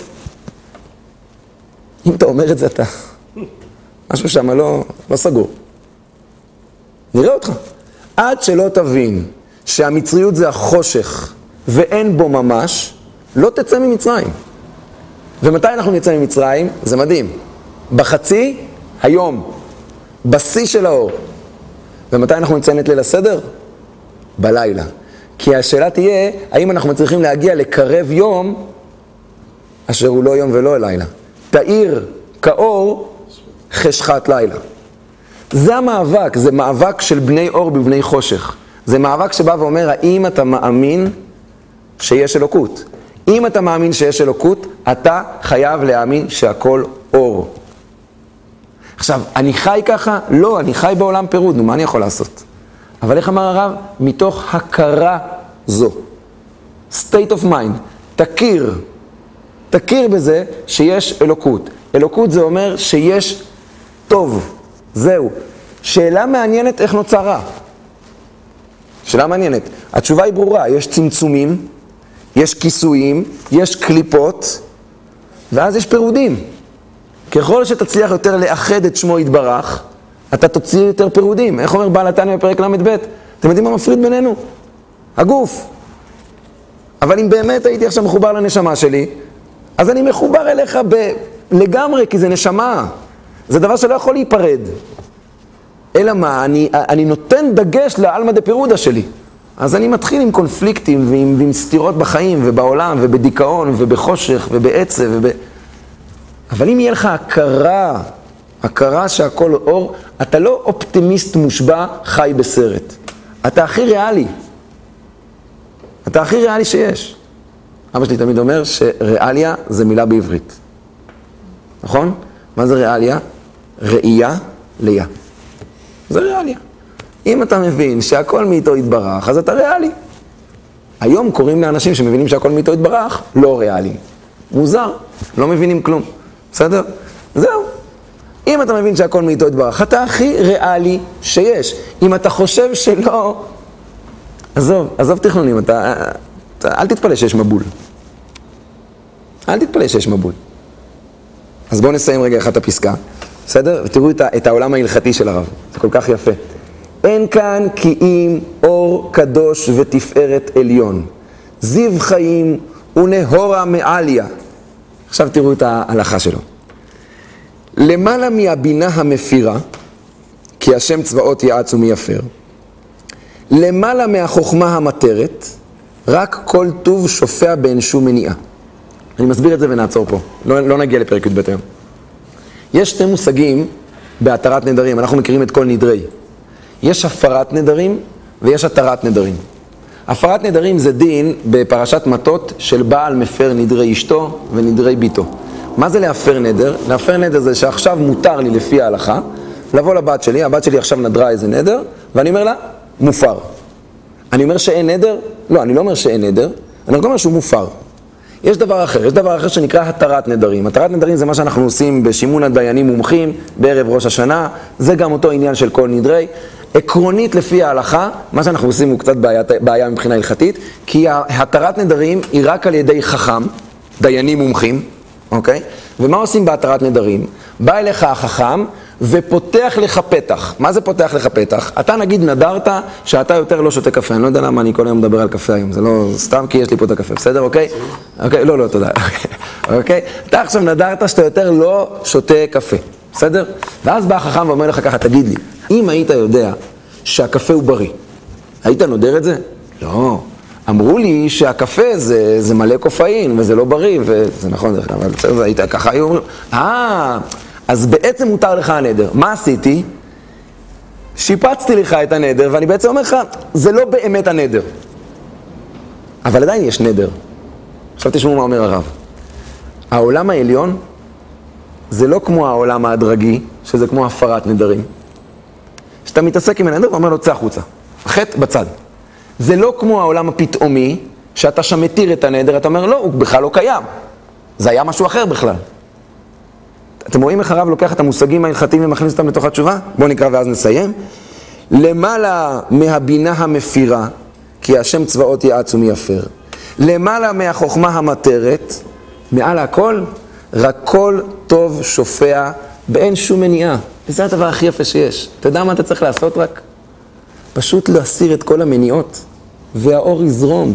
אם אתה אומר את זה, אתה... משהו שם לא, לא סגור. נראה אותך. עד שלא תבין שהמצריות זה החושך ואין בו ממש, לא תצא ממצרים. ומתי אנחנו נצא ממצרים? זה מדהים. בחצי, היום. בשיא של האור. ומתי אנחנו נצא את ליל הסדר? בלילה. כי השאלה תהיה, האם אנחנו מצליחים להגיע לקרב יום, אשר הוא לא יום ולא לילה. תאיר כאור, חשכת לילה. זה המאבק, זה מאבק של בני אור בבני חושך. זה מאבק שבא ואומר, האם אתה מאמין שיש אלוקות? אם אתה מאמין שיש אלוקות, אתה חייב להאמין שהכל אור. עכשיו, אני חי ככה? לא, אני חי בעולם פירוד, נו, מה אני יכול לעשות? אבל איך אמר הרב? מתוך הכרה זו. state of mind. תכיר. תכיר בזה שיש אלוקות. אלוקות זה אומר שיש טוב. זהו. שאלה מעניינת איך נוצר רע. שאלה מעניינת. התשובה היא ברורה. יש צמצומים, יש כיסויים, יש קליפות, ואז יש פירודים. ככל שתצליח יותר לאחד את שמו יתברך, אתה תוציא יותר פירודים. איך אומר בעל התניא בפרק למד ב'? אתם יודעים מה מפריד בינינו? הגוף. אבל אם באמת הייתי עכשיו מחובר לנשמה שלי, אז אני מחובר אליך ב- לגמרי, כי זה נשמה. זה דבר שלא יכול להיפרד. אלא מה? אני, אני נותן דגש לעלמא דפירודה שלי. אז אני מתחיל עם קונפליקטים ועם, ועם סתירות בחיים ובעולם ובדיכאון ובחושך ובעצב וב... אבל אם יהיה לך הכרה, הכרה שהכל אור, אתה לא אופטימיסט מושבע חי בסרט. אתה הכי ריאלי. אתה הכי ריאלי שיש. אבא שלי תמיד אומר שריאליה זה מילה בעברית. נכון? מה זה ריאליה? ראייה ליה. זה ריאליה. אם אתה מבין שהכל מאיתו יתברך, אז אתה ריאלי. היום קוראים לאנשים שמבינים שהכל מאיתו יתברך, לא ריאלי. מוזר, לא מבינים כלום. בסדר? זהו. אם אתה מבין שהכל מאיתו יתברך, אתה הכי ריאלי שיש. אם אתה חושב שלא, עזוב, עזוב תכנונים, אתה, אתה, אל תתפלא שיש מבול. אל תתפלא שיש מבול. אז בואו נסיים רגע אחת הפסקה. בסדר? ותראו את, את העולם ההלכתי של הרב. זה כל כך יפה. אין כאן כי אם אור קדוש ותפארת עליון, זיו חיים ונהורה מעליה. עכשיו תראו את ההלכה שלו. למעלה מהבינה המפירה, כי השם צבאות יעץ ומייפר, למעלה מהחוכמה המטרת, רק כל טוב שופע באין שום מניעה. אני מסביר את זה ונעצור פה, לא, לא נגיע לפרק י"ב היום. יש שני מושגים בהתרת נדרים, אנחנו מכירים את כל נדרי. יש הפרת נדרים ויש התרת נדרים. הפרת נדרים זה דין בפרשת מטות של בעל מפר נדרי אשתו ונדרי ביתו. מה זה להפר נדר? להפר נדר זה שעכשיו מותר לי לפי ההלכה לבוא לבת שלי, הבת שלי עכשיו נדרה איזה נדר, ואני אומר לה, מופר. אני אומר שאין נדר? לא, אני לא אומר שאין נדר, אני רק אומר שהוא מופר. יש דבר אחר, יש דבר אחר שנקרא התרת נדרים. התרת נדרים זה מה שאנחנו עושים בשימון הדיינים מומחים בערב ראש השנה, זה גם אותו עניין של כל נדרי. עקרונית לפי ההלכה, מה שאנחנו עושים הוא קצת בעיה, בעיה מבחינה הלכתית, כי התרת נדרים היא רק על ידי חכם, דיינים מומחים, אוקיי? ומה עושים בהתרת נדרים? בא אליך החכם ופותח לך פתח. מה זה פותח לך פתח? אתה נגיד נדרת שאתה יותר לא שותה קפה. אני לא יודע למה אני כל היום מדבר על קפה היום. זה לא סתם כי יש לי פה את הקפה. בסדר, אוקיי? אוקיי, לא, לא, תודה. אוקיי? אתה עכשיו נדרת שאתה יותר לא שותה קפה. בסדר? ואז בא החכם ואומר לך ככה, תגיד לי, אם היית יודע שהקפה הוא בריא, היית נודר את זה? לא. אמרו לי שהקפה זה, זה מלא קופאין וזה לא בריא, וזה נכון, אבל בסדר, זה היית ככה, היו אומרים, אה, אז בעצם מותר לך הנדר. מה עשיתי? שיפצתי לך את הנדר, ואני בעצם אומר לך, זה לא באמת הנדר. אבל עדיין יש נדר. עכשיו תשמעו מה אומר הרב. העולם העליון זה לא כמו העולם ההדרגי, שזה כמו הפרת נדרים. שאתה מתעסק עם הנדר ואומר לו, צא החוצה. החטא בצד. זה לא כמו העולם הפתאומי, שאתה שם מתיר את הנדר, אתה אומר, לא, הוא בכלל לא קיים. זה היה משהו אחר בכלל. אתם רואים איך הרב לוקח את המושגים ההלכתיים ומכניס אותם לתוך התשובה? בואו נקרא ואז נסיים. למעלה מהבינה המפירה, כי השם צבאות יעץ ומי יפר. למעלה מהחוכמה המטרת, מעל הכל, רק כל טוב שופע באין שום מניעה. וזה הדבר הכי יפה שיש. אתה יודע מה אתה צריך לעשות רק? פשוט להסיר את כל המניעות, והאור יזרום.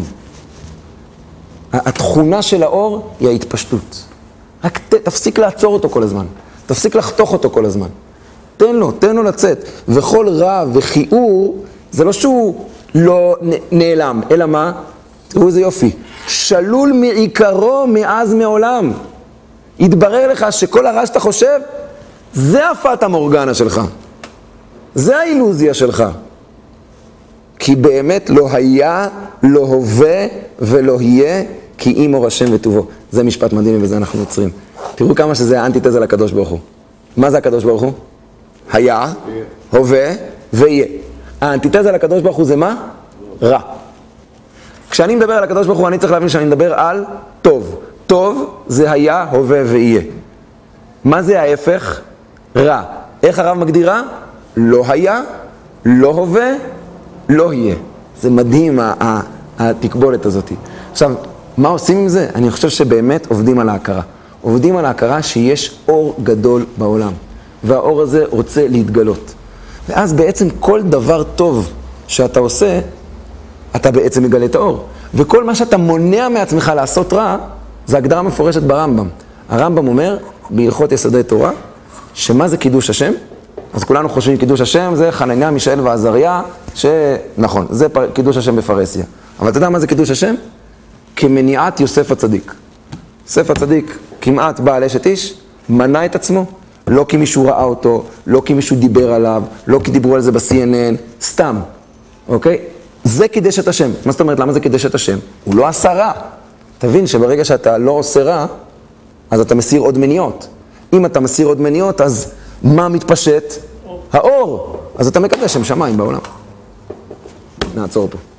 התכונה של האור היא ההתפשטות. רק ת, תפסיק לעצור אותו כל הזמן. תפסיק לחתוך אותו כל הזמן. תן לו, תן לו לצאת. וכל רע וחיעור, זה לא שהוא לא נעלם, אלא מה? תראו איזה יופי. שלול מעיקרו מאז מעולם. יתברר לך שכל הרע שאתה חושב, זה הפטה מורגנה שלך. זה האילוזיה שלך. כי באמת לא היה, לא הווה ולא יהיה, כי אם אור השם וטובו. זה משפט מדהים ובזה אנחנו יוצרים. תראו כמה שזה האנטיתזה לקדוש ברוך הוא. מה זה הקדוש ברוך הוא? היה, הווה ויהיה. האנטיתזה לקדוש ברוך הוא זה מה? רע. כשאני מדבר על הקדוש ברוך הוא, אני צריך להבין שאני מדבר על טוב. טוב זה היה, הווה ויהיה. מה זה ההפך? רע. איך הרב מגדירה? לא היה, לא הווה, לא יהיה. זה מדהים התקבולת הזאת. עכשיו, מה עושים עם זה? אני חושב שבאמת עובדים על ההכרה. עובדים על ההכרה שיש אור גדול בעולם. והאור הזה רוצה להתגלות. ואז בעצם כל דבר טוב שאתה עושה, אתה בעצם מגלה את האור. וכל מה שאתה מונע מעצמך לעשות רע, זה הגדרה מפורשת ברמב"ם. הרמב"ם אומר, בהלכות יסודי תורה, שמה זה קידוש השם? אז כולנו חושבים קידוש השם זה חנניה, מישאל ועזריה, שנכון, זה קידוש השם בפרהסיה. אבל אתה יודע מה זה קידוש השם? כמניעת יוסף הצדיק. יוסף הצדיק כמעט בעל אשת איש, מנע את עצמו, לא כי מישהו ראה אותו, לא כי מישהו דיבר עליו, לא כי דיברו על זה ב-סי אן אן, סתם, אוקיי? זה קידש את השם. מה זאת אומרת? למה זה קידש את השם? הוא לא עשה רע. תבין שברגע שאתה לא עושה רע, אז אתה מסיר עוד מניעות. אם אתה מסיר עוד מניעות, אז מה מתפשט? האור. אז אתה מקדש שם שמיים בעולם. נעצור פה.